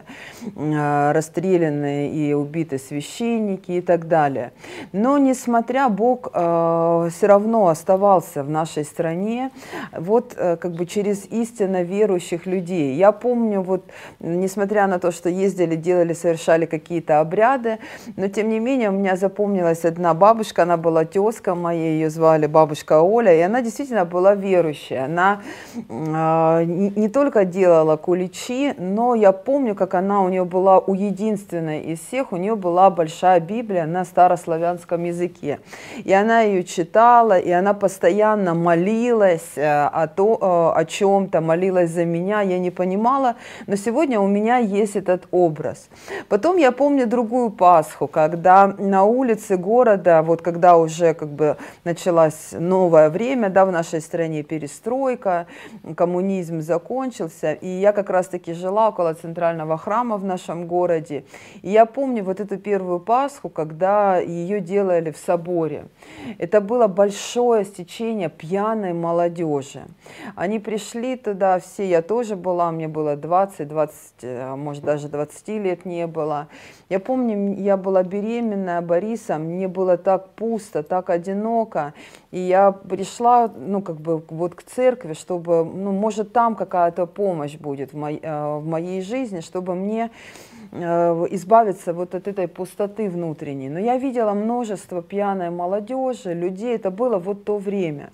расстреляны и убиты священники и так далее. Но, несмотря, Бог все равно оставался в нашей стране, вот как бы через истинно верующих людей. Я помню, вот, несмотря на то, что ездили, делали, совершали какие-то обряды, но тем не менее у меня запомнилась одна бабушка, она была тезка моя, ее звали бабушка Оля, и она действительно была верующая. Она э, не, не только делала куличи, но я помню, как она у нее была у единственной из всех, у нее была большая Библия на старославянском языке. И она ее читала, и она постоянно молилась о, то, о чем-то, молилась за меня, я не понимала, но сегодня у меня есть этот образ. Потом я помню другую Пасху, когда на улице города, вот когда уже как бы началось новое время, да, в нашей стране перестройка, коммунизм закончился, и я как раз-таки жила около центрального храма в нашем городе, и я помню вот эту первую Пасху, когда ее делали в соборе. Это было большое стечение пьяной молодежи. Они пришли туда все, я тоже была, мне было двадцать, двадцать, может даже двадцать лет не было. Я помню, я была беременная Борисом, мне было так пусто, так одиноко, и я пришла, ну, как бы, вот к церкви, чтобы, ну, может, там какая-то помощь будет в моей, в моей жизни, чтобы мне избавиться вот от этой пустоты внутренней. Но я видела множество пьяной молодежи, людей, это было вот то время.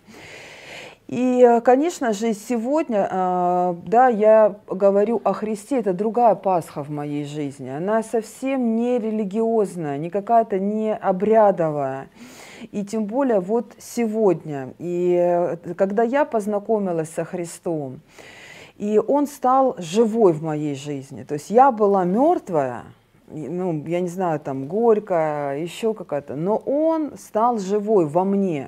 И, конечно же, сегодня, да, я говорю о Христе, это другая Пасха в моей жизни. Она совсем не религиозная, не какая-то не обрядовая. И тем более вот сегодня. И когда я познакомилась со Христом, и Он стал живой в моей жизни. То есть я была мертвая, ну, я не знаю, там, горькая, еще какая-то, но Он стал живой во мне.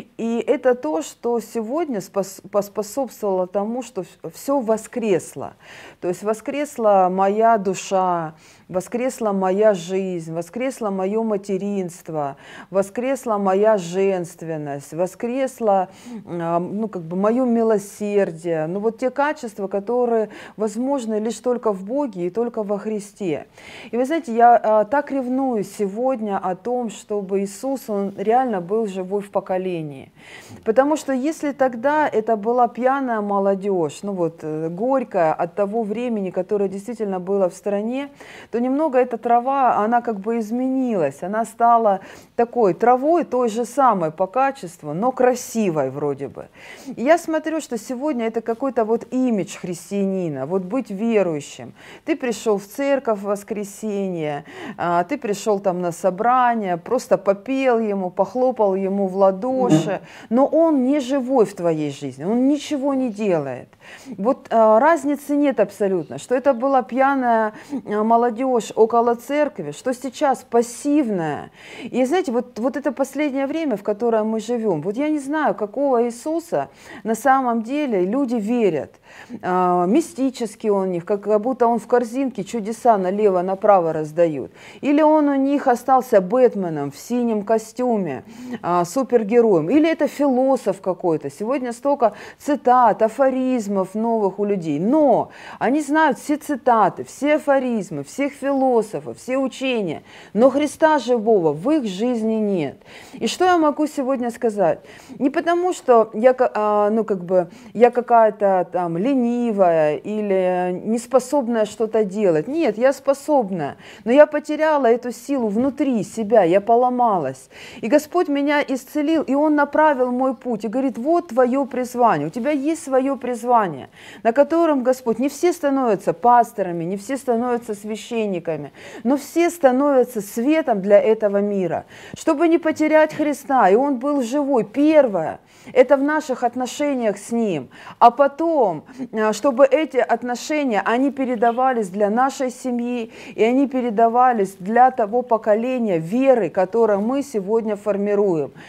И это то, что сегодня поспособствовало тому, что все воскресло. То есть воскресла моя душа, воскресла моя жизнь, воскресло мое материнство, воскресла моя женственность, воскресло, ну, как бы мое милосердие. Ну, вот те качества, которые возможны лишь только в Боге и только во Христе. И вы знаете, я так ревную сегодня о том, чтобы Иисус, Он реально был живой в поколении. Потому что если тогда это была пьяная молодежь, ну вот горькая от того времени, которое действительно было в стране, то немного эта трава, она как бы изменилась, она стала такой травой, той же самой по качеству, но красивой вроде бы. И я смотрю, что сегодня это какой-то вот имидж христианина, вот быть верующим. Ты пришел в церковь в воскресенье, ты пришел там на собрание, просто попел ему, похлопал ему в ладоши, но он не живой в твоей жизни, он ничего не делает. Вот а, разницы нет абсолютно, что это была пьяная а, молодежь около церкви, что сейчас пассивная. И знаете, вот, вот это последнее время, в котором мы живем, вот я не знаю, какого Иисуса на самом деле люди верят. А, мистически он у них, как, как будто он в корзинке чудеса налево-направо раздают. Или он у них остался Бэтменом в синем костюме, а, супергероем. Или это философ какой-то. Сегодня столько цитат, афоризмов новых у людей. Но они знают все цитаты, все афоризмы, всех философов, все учения. Но Христа живого в их жизни нет. И что я могу сегодня сказать? Не потому, что я, ну, как бы, я какая-то там ленивая или неспособная что-то делать. Нет, я способна. Но я потеряла эту силу внутри себя, я поломалась. И Господь меня исцелил, и Он направил мой путь и говорит: вот твое призвание, у тебя есть свое призвание, на котором, Господь, не все становятся пасторами, не все становятся священниками, но все становятся светом для этого мира, чтобы не потерять Христа, и Он был живой. Первое – это в наших отношениях с Ним, а потом, чтобы эти отношения, они передавались для нашей семьи, и они передавались для того поколения веры, которое мы сегодня формируем, чтобы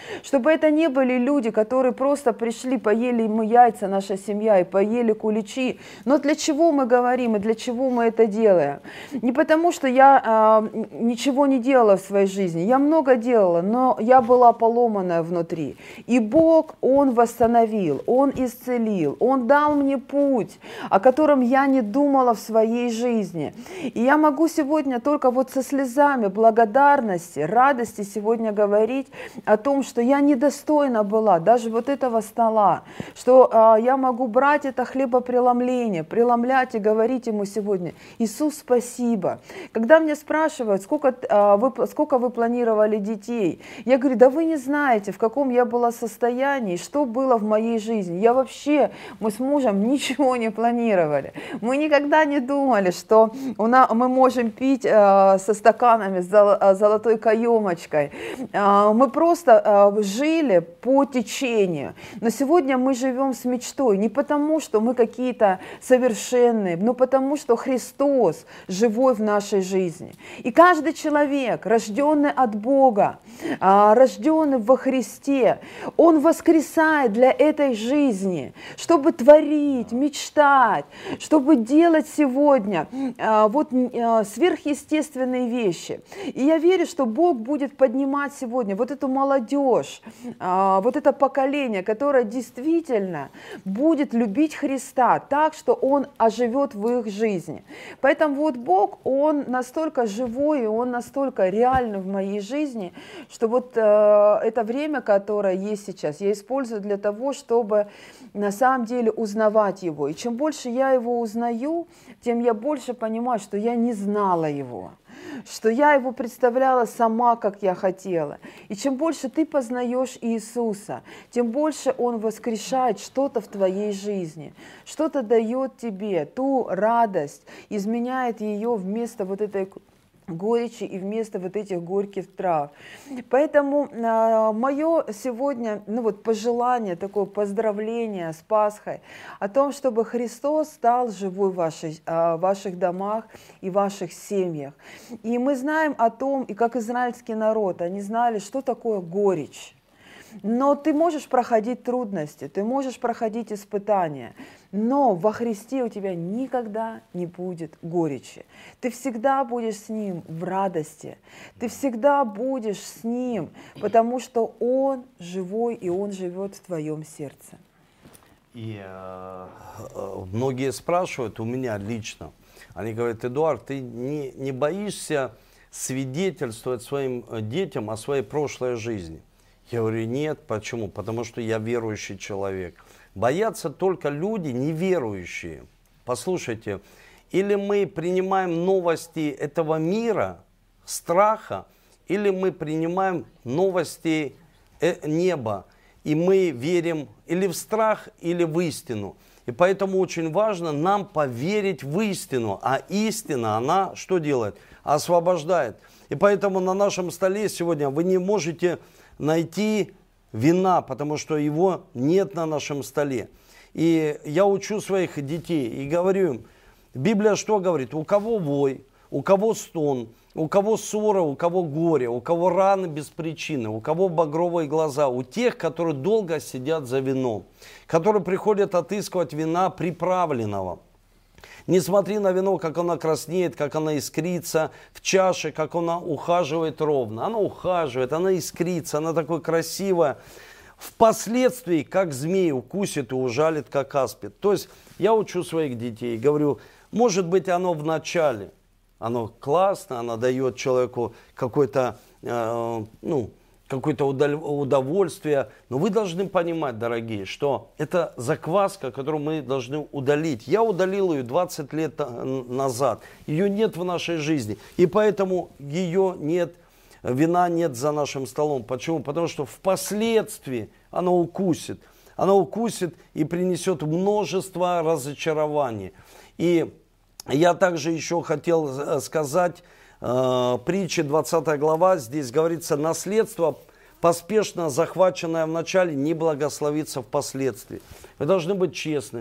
чтобы это не были люди, которые просто пришли, поели мы яйца, наша семья, и поели куличи. Но для чего мы говорим и для чего мы это делаем? Не потому, что я э, ничего не делала в своей жизни. Я много делала, но я была поломанная внутри. И Бог, Он восстановил, Он исцелил, Он дал мне путь, о котором я не думала в своей жизни. И я могу сегодня только вот со слезами благодарности, радости сегодня говорить о том, что я недостойна была даже вот этого стола, что э, я могу брать это хлебопреломление, преломлять и говорить Ему сегодня: Иисус, спасибо. Когда меня спрашивают, сколько, э, вы, сколько вы планировали детей, я говорю: да вы не знаете, в каком я была состоянии, что было в моей жизни. Я вообще, мы с мужем ничего не планировали. Мы никогда не думали, что у нас, мы можем пить э, со стаканами с золотой каемочкой. Э, мы просто э, жили по течению. Но сегодня мы живем с мечтой не потому, что мы какие-то совершенные, но потому, что Христос живой в нашей жизни. И каждый человек, рожденный от Бога, э, рожденный во Христе, он воскресает для этой жизни, чтобы творить, мечтать, чтобы делать сегодня э, вот, э, сверхъестественные вещи. И я верю, что Бог будет поднимать сегодня вот эту молодежь, э, вот это поколение, которое действительно будет любить Христа так, что Он оживет в их жизни. Поэтому вот Бог, Он настолько живой, и Он настолько реальный в моей жизни, что вот э, это время, которое есть сейчас, я использую для того, чтобы на самом деле узнавать Его. И чем больше я Его узнаю, тем я больше понимаю, что я не знала Его, что я Его представляла сама, как я хотела. И чем больше ты познаешь Иисуса, тем больше Он воскрешает что-то в твоей жизни, что-то дает тебе ту радость, изменяет ее вместо вот этой горечи и вместо вот этих горьких трав. Поэтому э, мое сегодня, ну вот пожелание, такое поздравление с Пасхой о том, чтобы Христос стал живой в вашей, э, ваших домах и ваших семьях. И мы знаем о том, и как израильский народ, они знали, что такое горечь. Но ты можешь проходить трудности, ты можешь проходить испытания, но во Христе у тебя никогда не будет горечи. Ты всегда будешь с Ним в радости, ты всегда будешь с Ним, потому что Он живой, и Он живет в твоем сердце. И э, многие спрашивают у меня лично, они говорят: Эдуард, ты не, не боишься свидетельствовать своим детям о своей прошлой жизни? Я говорю: нет. Почему? Потому что я верующий человек. Боятся только люди неверующие. Послушайте, или мы принимаем новости этого мира, страха, или мы принимаем новости неба, и мы верим или в страх, или в истину. И поэтому очень важно нам поверить в истину. А истина, она что делает? Освобождает. И поэтому на нашем столе сегодня вы не можете найти вина, потому что его нет на нашем столе. И я учу своих детей и говорю им: Библия что говорит? У кого вой, у кого стон, у кого ссора, у кого горе, у кого раны без причины, у кого багровые глаза, у тех, которые долго сидят за вином, которые приходят отыскивать вина приправленного. Не смотри на вино, как оно краснеет, как оно искрится в чаше, как оно ухаживает ровно. Оно ухаживает, оно искрится, оно такое красивое. Впоследствии, как змей, укусит и ужалит, как аспид. То есть я учу своих детей, говорю: может быть, оно в начале, оно классно, оно дает человеку какой-то, э, ну, какое-то удовольствие. Но вы должны понимать, дорогие, что это закваска, которую мы должны удалить. Я удалил ее двадцать лет назад. Ее нет в нашей жизни. И поэтому ее нет, вина нет за нашим столом. Почему? Потому что впоследствии оно укусит. Оно укусит и принесет множество разочарований. И я также еще хотел сказать, притча двадцатая глава, здесь говорится: наследство, поспешно захваченное в начале, не благословится впоследствии. Вы должны быть честными.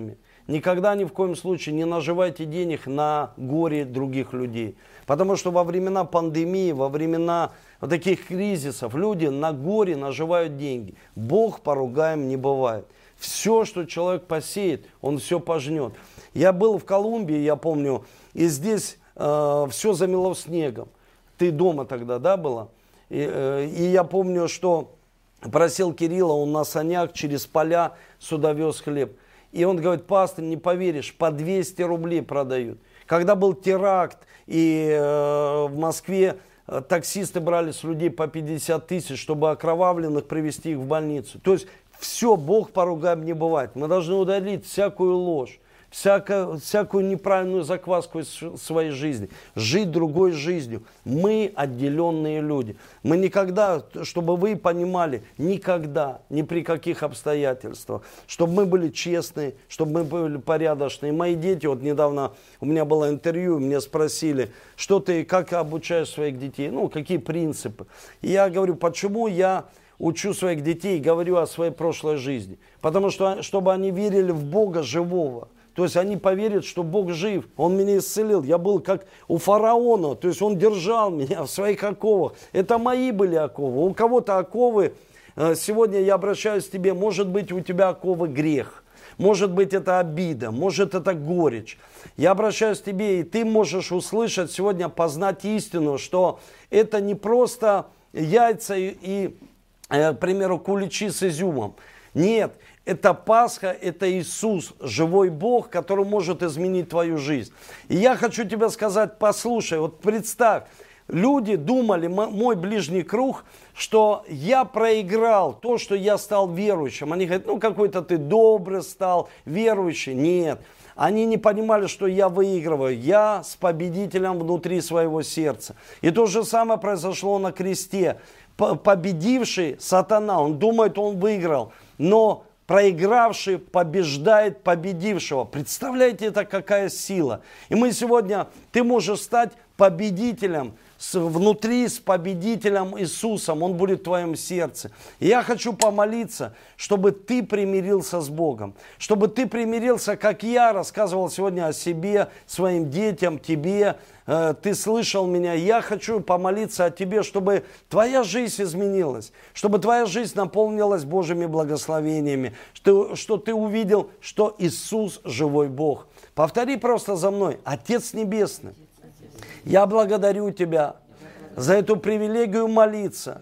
никогда ни в коем случае не наживайте денег на горе других людей. Потому что во времена пандемии, во времена вот таких кризисов люди на горе наживают деньги. Бог поругаем не бывает. Все, что человек посеет, он все пожнет. Я был в Колумбии, я помню, и здесь э, все замело снегом. Ты дома тогда, да, была? И, э, и я помню, что просил Кирилла, он на санях через поля сюда вез хлеб. И он говорит: пастор, не поверишь, по двести рублей продают. Когда был теракт, и э, в Москве э, таксисты брали с людей по пятьдесят тысяч, чтобы окровавленных привезти их в больницу. То есть все, Бог поругаем не бывает. Мы должны удалить всякую ложь, всякую, всякую неправильную закваску из своей жизни, жить другой жизнью. Мы отделенные люди. Мы никогда, чтобы вы понимали, никогда, ни при каких обстоятельствах, чтобы мы были честные, чтобы мы были порядочные. Мои дети, вот недавно у меня было интервью, меня спросили, что ты, как обучаешь своих детей, ну, какие принципы. И я говорю, почему я учу своих детей, говорю о своей прошлой жизни. Потому что, чтобы они верили в Бога живого. То есть они поверят, что Бог жив, Он меня исцелил. Я был как у фараона, то есть Он держал меня в своих оковах. Это мои были оковы. У кого-то оковы, сегодня я обращаюсь к тебе, может быть у тебя оковы грех. Может быть это обида, может это горечь. Я обращаюсь к тебе, и ты можешь услышать сегодня, познать истину, что это не просто яйца и, и к примеру, куличи с изюмом. Нет, это Пасха, это Иисус, живой Бог, который может изменить твою жизнь. И я хочу тебе сказать, послушай, вот представь, люди думали, мой ближний круг, что я проиграл то, что я стал верующим. Они говорят, ну какой-то ты добрый стал, верующий. Нет, они не понимали, что я выигрываю. Я с победителем внутри своего сердца. И то же самое произошло на кресте. Победивший сатана, он думает, он выиграл, но проигравший побеждает победившего. Представляете, это какая сила. И мы сегодня, ты можешь стать победителем, с, внутри с победителем Иисусом, Он будет в твоем сердце. И я хочу помолиться, чтобы ты примирился с Богом, чтобы ты примирился, как я рассказывал сегодня о себе, своим детям, тебе, э, ты слышал меня. Я хочу помолиться о тебе, чтобы твоя жизнь изменилась, чтобы твоя жизнь наполнилась Божьими благословениями, что, что ты увидел, что Иисус живой Бог. Повтори просто за мной: Отец Небесный, я благодарю Тебя за эту привилегию молиться.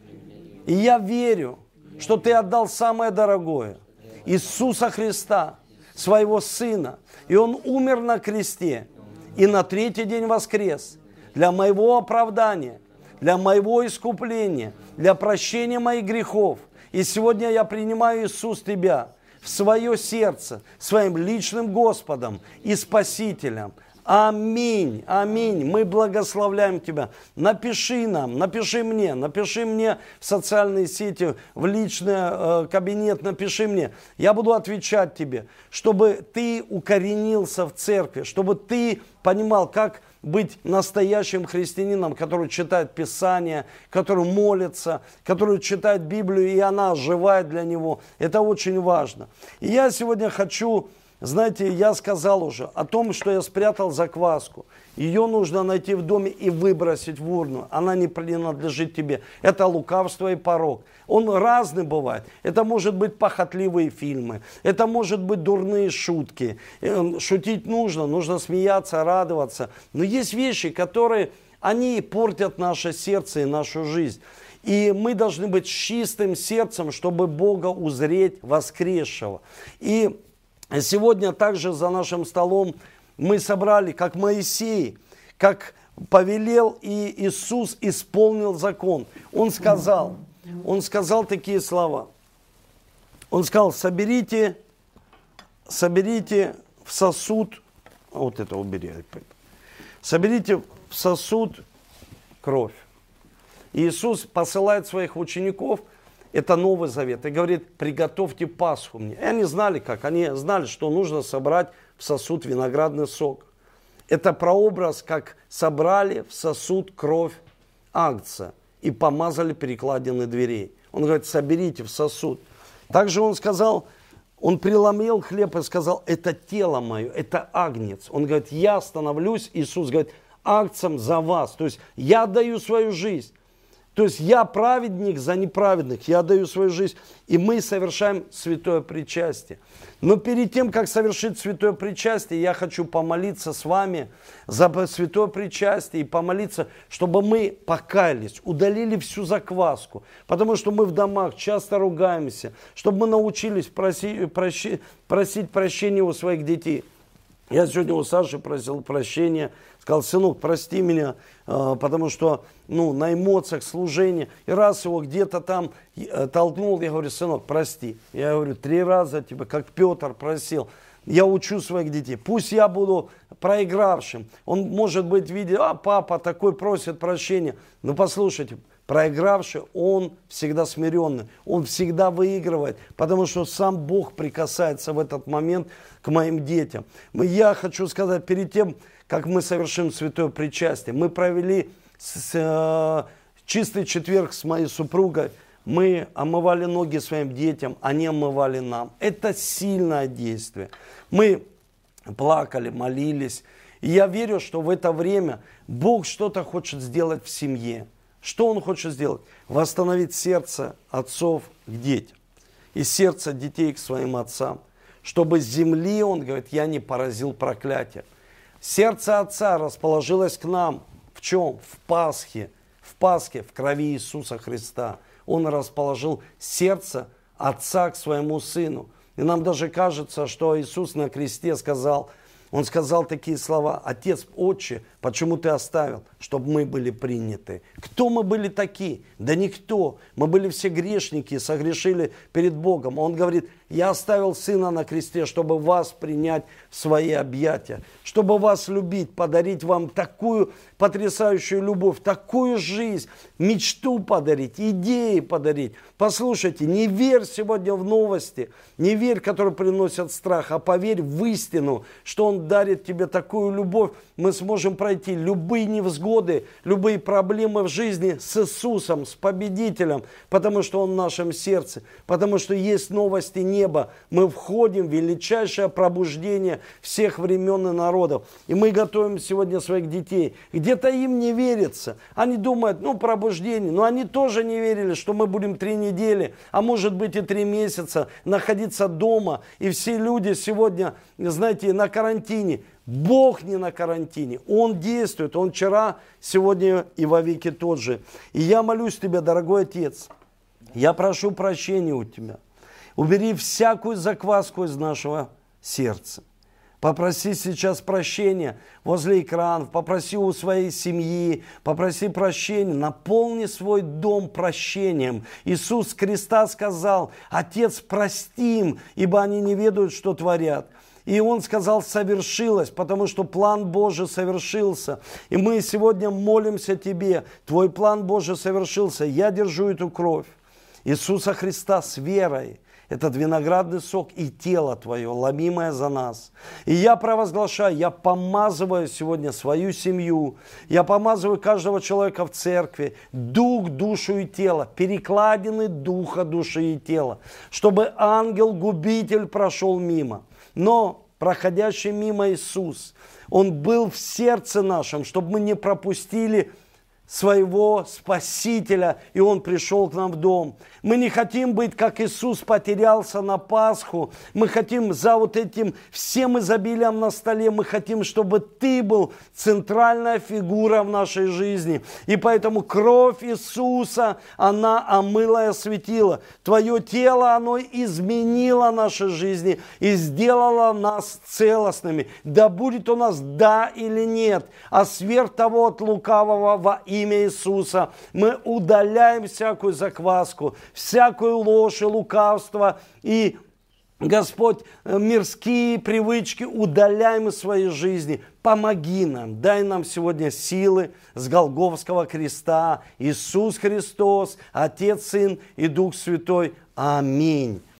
И я верю, что Ты отдал самое дорогое, Иисуса Христа, Своего Сына. И Он умер на кресте и на третий день воскрес для моего оправдания, для моего искупления, для прощения моих грехов. И сегодня я принимаю, Иисус, Тебя в свое сердце, своим личным Господом и Спасителем. Аминь, аминь. Мы благословляем Тебя. Напиши нам, напиши мне, напиши мне в социальные сети, в личный э, кабинет, напиши мне. Я буду отвечать тебе, чтобы ты укоренился в церкви, чтобы ты понимал, как быть настоящим христианином, который читает Писание, который молится, который читает Библию, и она оживает для него. Это очень важно. И я сегодня хочу... Знаете, я сказал уже о том, что я спрятал закваску. Ее нужно найти в доме и выбросить в урну. Она не принадлежит тебе. Это лукавство и порок. Он разный бывает. Это может быть похотливые фильмы. Это может быть дурные шутки. Шутить нужно, нужно смеяться, радоваться. Но есть вещи, которые, они портят наше сердце и нашу жизнь. И мы должны быть чистым сердцем, чтобы Бога узреть воскресшего. И сегодня также за нашим столом мы собрали, как Моисей, как повелел, и Иисус исполнил закон. Он сказал, он сказал такие слова. Он сказал: соберите, соберите в сосуд, вот это убери, соберите в сосуд кровь. И Иисус посылает своих учеников. Это Новый Завет. И говорит: приготовьте Пасху мне. И они знали как. Они знали, что нужно собрать в сосуд виноградный сок. Это прообраз, как собрали в сосуд кровь агнца и помазали перекладины дверей. Он говорит: соберите в сосуд. Также он сказал: Он преломил хлеб и сказал, это тело мое, это агнец. Он говорит, я становлюсь, Иисус говорит, агнцем за вас. То есть я даю свою жизнь. То есть я праведник за неправедных, я даю свою жизнь, и мы совершаем святое причастие. Но перед тем, как совершить святое причастие, я хочу помолиться с вами за святое причастие и помолиться, чтобы мы покаялись, удалили всю закваску, потому что мы в домах часто ругаемся, чтобы мы научились просить, прощи, просить прощения у своих детей. Я сегодня у Саши просил прощения, сказал, сынок, прости меня, потому что ну, на эмоциях служения. И раз его где-то там толкнул, я говорю, сынок, прости. Я говорю, три раза тебе, как Петр просил. Я учу своих детей. Пусть я буду проигравшим. Он, может быть, видит, а папа такой просит прощения. Но послушайте, проигравший, он всегда смиренный, он всегда выигрывает, потому что сам Бог прикасается в этот момент к моим детям. Я хочу сказать, перед тем, как мы совершим святое причастие, мы провели с, э, чистый четверг с моей супругой, мы омывали ноги своим детям, они омывали нам. Это сильное действие. Мы плакали, молились. И я верю, что в это время Бог что-то хочет сделать в семье. Что Он хочет сделать? Восстановить сердце отцов к детям и сердце детей к своим отцам. Чтобы с земли, Он говорит, я не поразил проклятие. Сердце Отца расположилось к нам в чем? В Пасхе. В Пасхе, в крови Иисуса Христа. Он расположил сердце Отца к своему Сыну. И нам даже кажется, что Иисус на кресте сказал, Он сказал такие слова, Отец, Отче, почему ты оставил, чтобы мы были приняты? Кто мы были такие? Да никто. Мы были все грешники, согрешили перед Богом. Он говорит, я оставил Сына на кресте, чтобы вас принять в свои объятия, чтобы вас любить, подарить вам такую потрясающую любовь, такую жизнь, мечту подарить, идеи подарить. Послушайте, не верь сегодня в новости, не верь, которые приносят страх, а поверь в истину, что Он дарит тебе такую любовь. Мы сможем пройти любые невзгоды, любые проблемы в жизни с Иисусом, с победителем, потому что Он в нашем сердце, потому что есть новости неба. Мы входим в величайшее пробуждение всех времен и народов. И мы готовим сегодня своих детей. Где-то им не верится. Они думают, ну, пробуждение. Но они тоже не верили, что мы будем три недели, а может быть и три месяца находиться дома. И все люди сегодня, знаете, на карантине. Бог не на карантине. Он действует. Он вчера, сегодня и во веки тот же. И я молюсь Тебе, дорогой Отец. Я прошу прощения у Тебя. Убери всякую закваску из нашего сердца. Попроси сейчас прощения возле экранов, попроси у своей семьи, попроси прощения, наполни свой дом прощением. Иисус с креста сказал, Отец, прости им, ибо они не ведают, что творят. И Он сказал, совершилось, потому что план Божий совершился. И мы сегодня молимся Тебе, Твой план Божий совершился. Я держу эту кровь Иисуса Христа с верой. Этот виноградный сок и тело Твое, ломимое за нас. И я провозглашаю, я помазываю сегодня свою семью, я помазываю каждого человека в церкви, дух, душу и тело, перекладины духа, души и тела, чтобы ангел-губитель прошел мимо. Но проходящий мимо Иисус, Он был в сердце нашем, чтобы мы не пропустили своего Спасителя, и Он пришел к нам в дом. Мы не хотим быть, как Иисус потерялся на Пасху. Мы хотим за вот этим всем изобилием на столе, мы хотим, чтобы Ты был центральная фигура в нашей жизни. И поэтому кровь Иисуса, она омыла и осветила. Твое тело, оно изменило наши жизни и сделало нас целостными. Да будет у нас да или нет, а сверх того от лукавого во имя имя Иисуса мы удаляем всякую закваску, всякую ложь и лукавство, и, Господь, мирские привычки удаляем из своей жизни. Помоги нам, дай нам сегодня силы с Голгофского креста. Иисус Христос, Отец, Сын и Дух Святой. Аминь.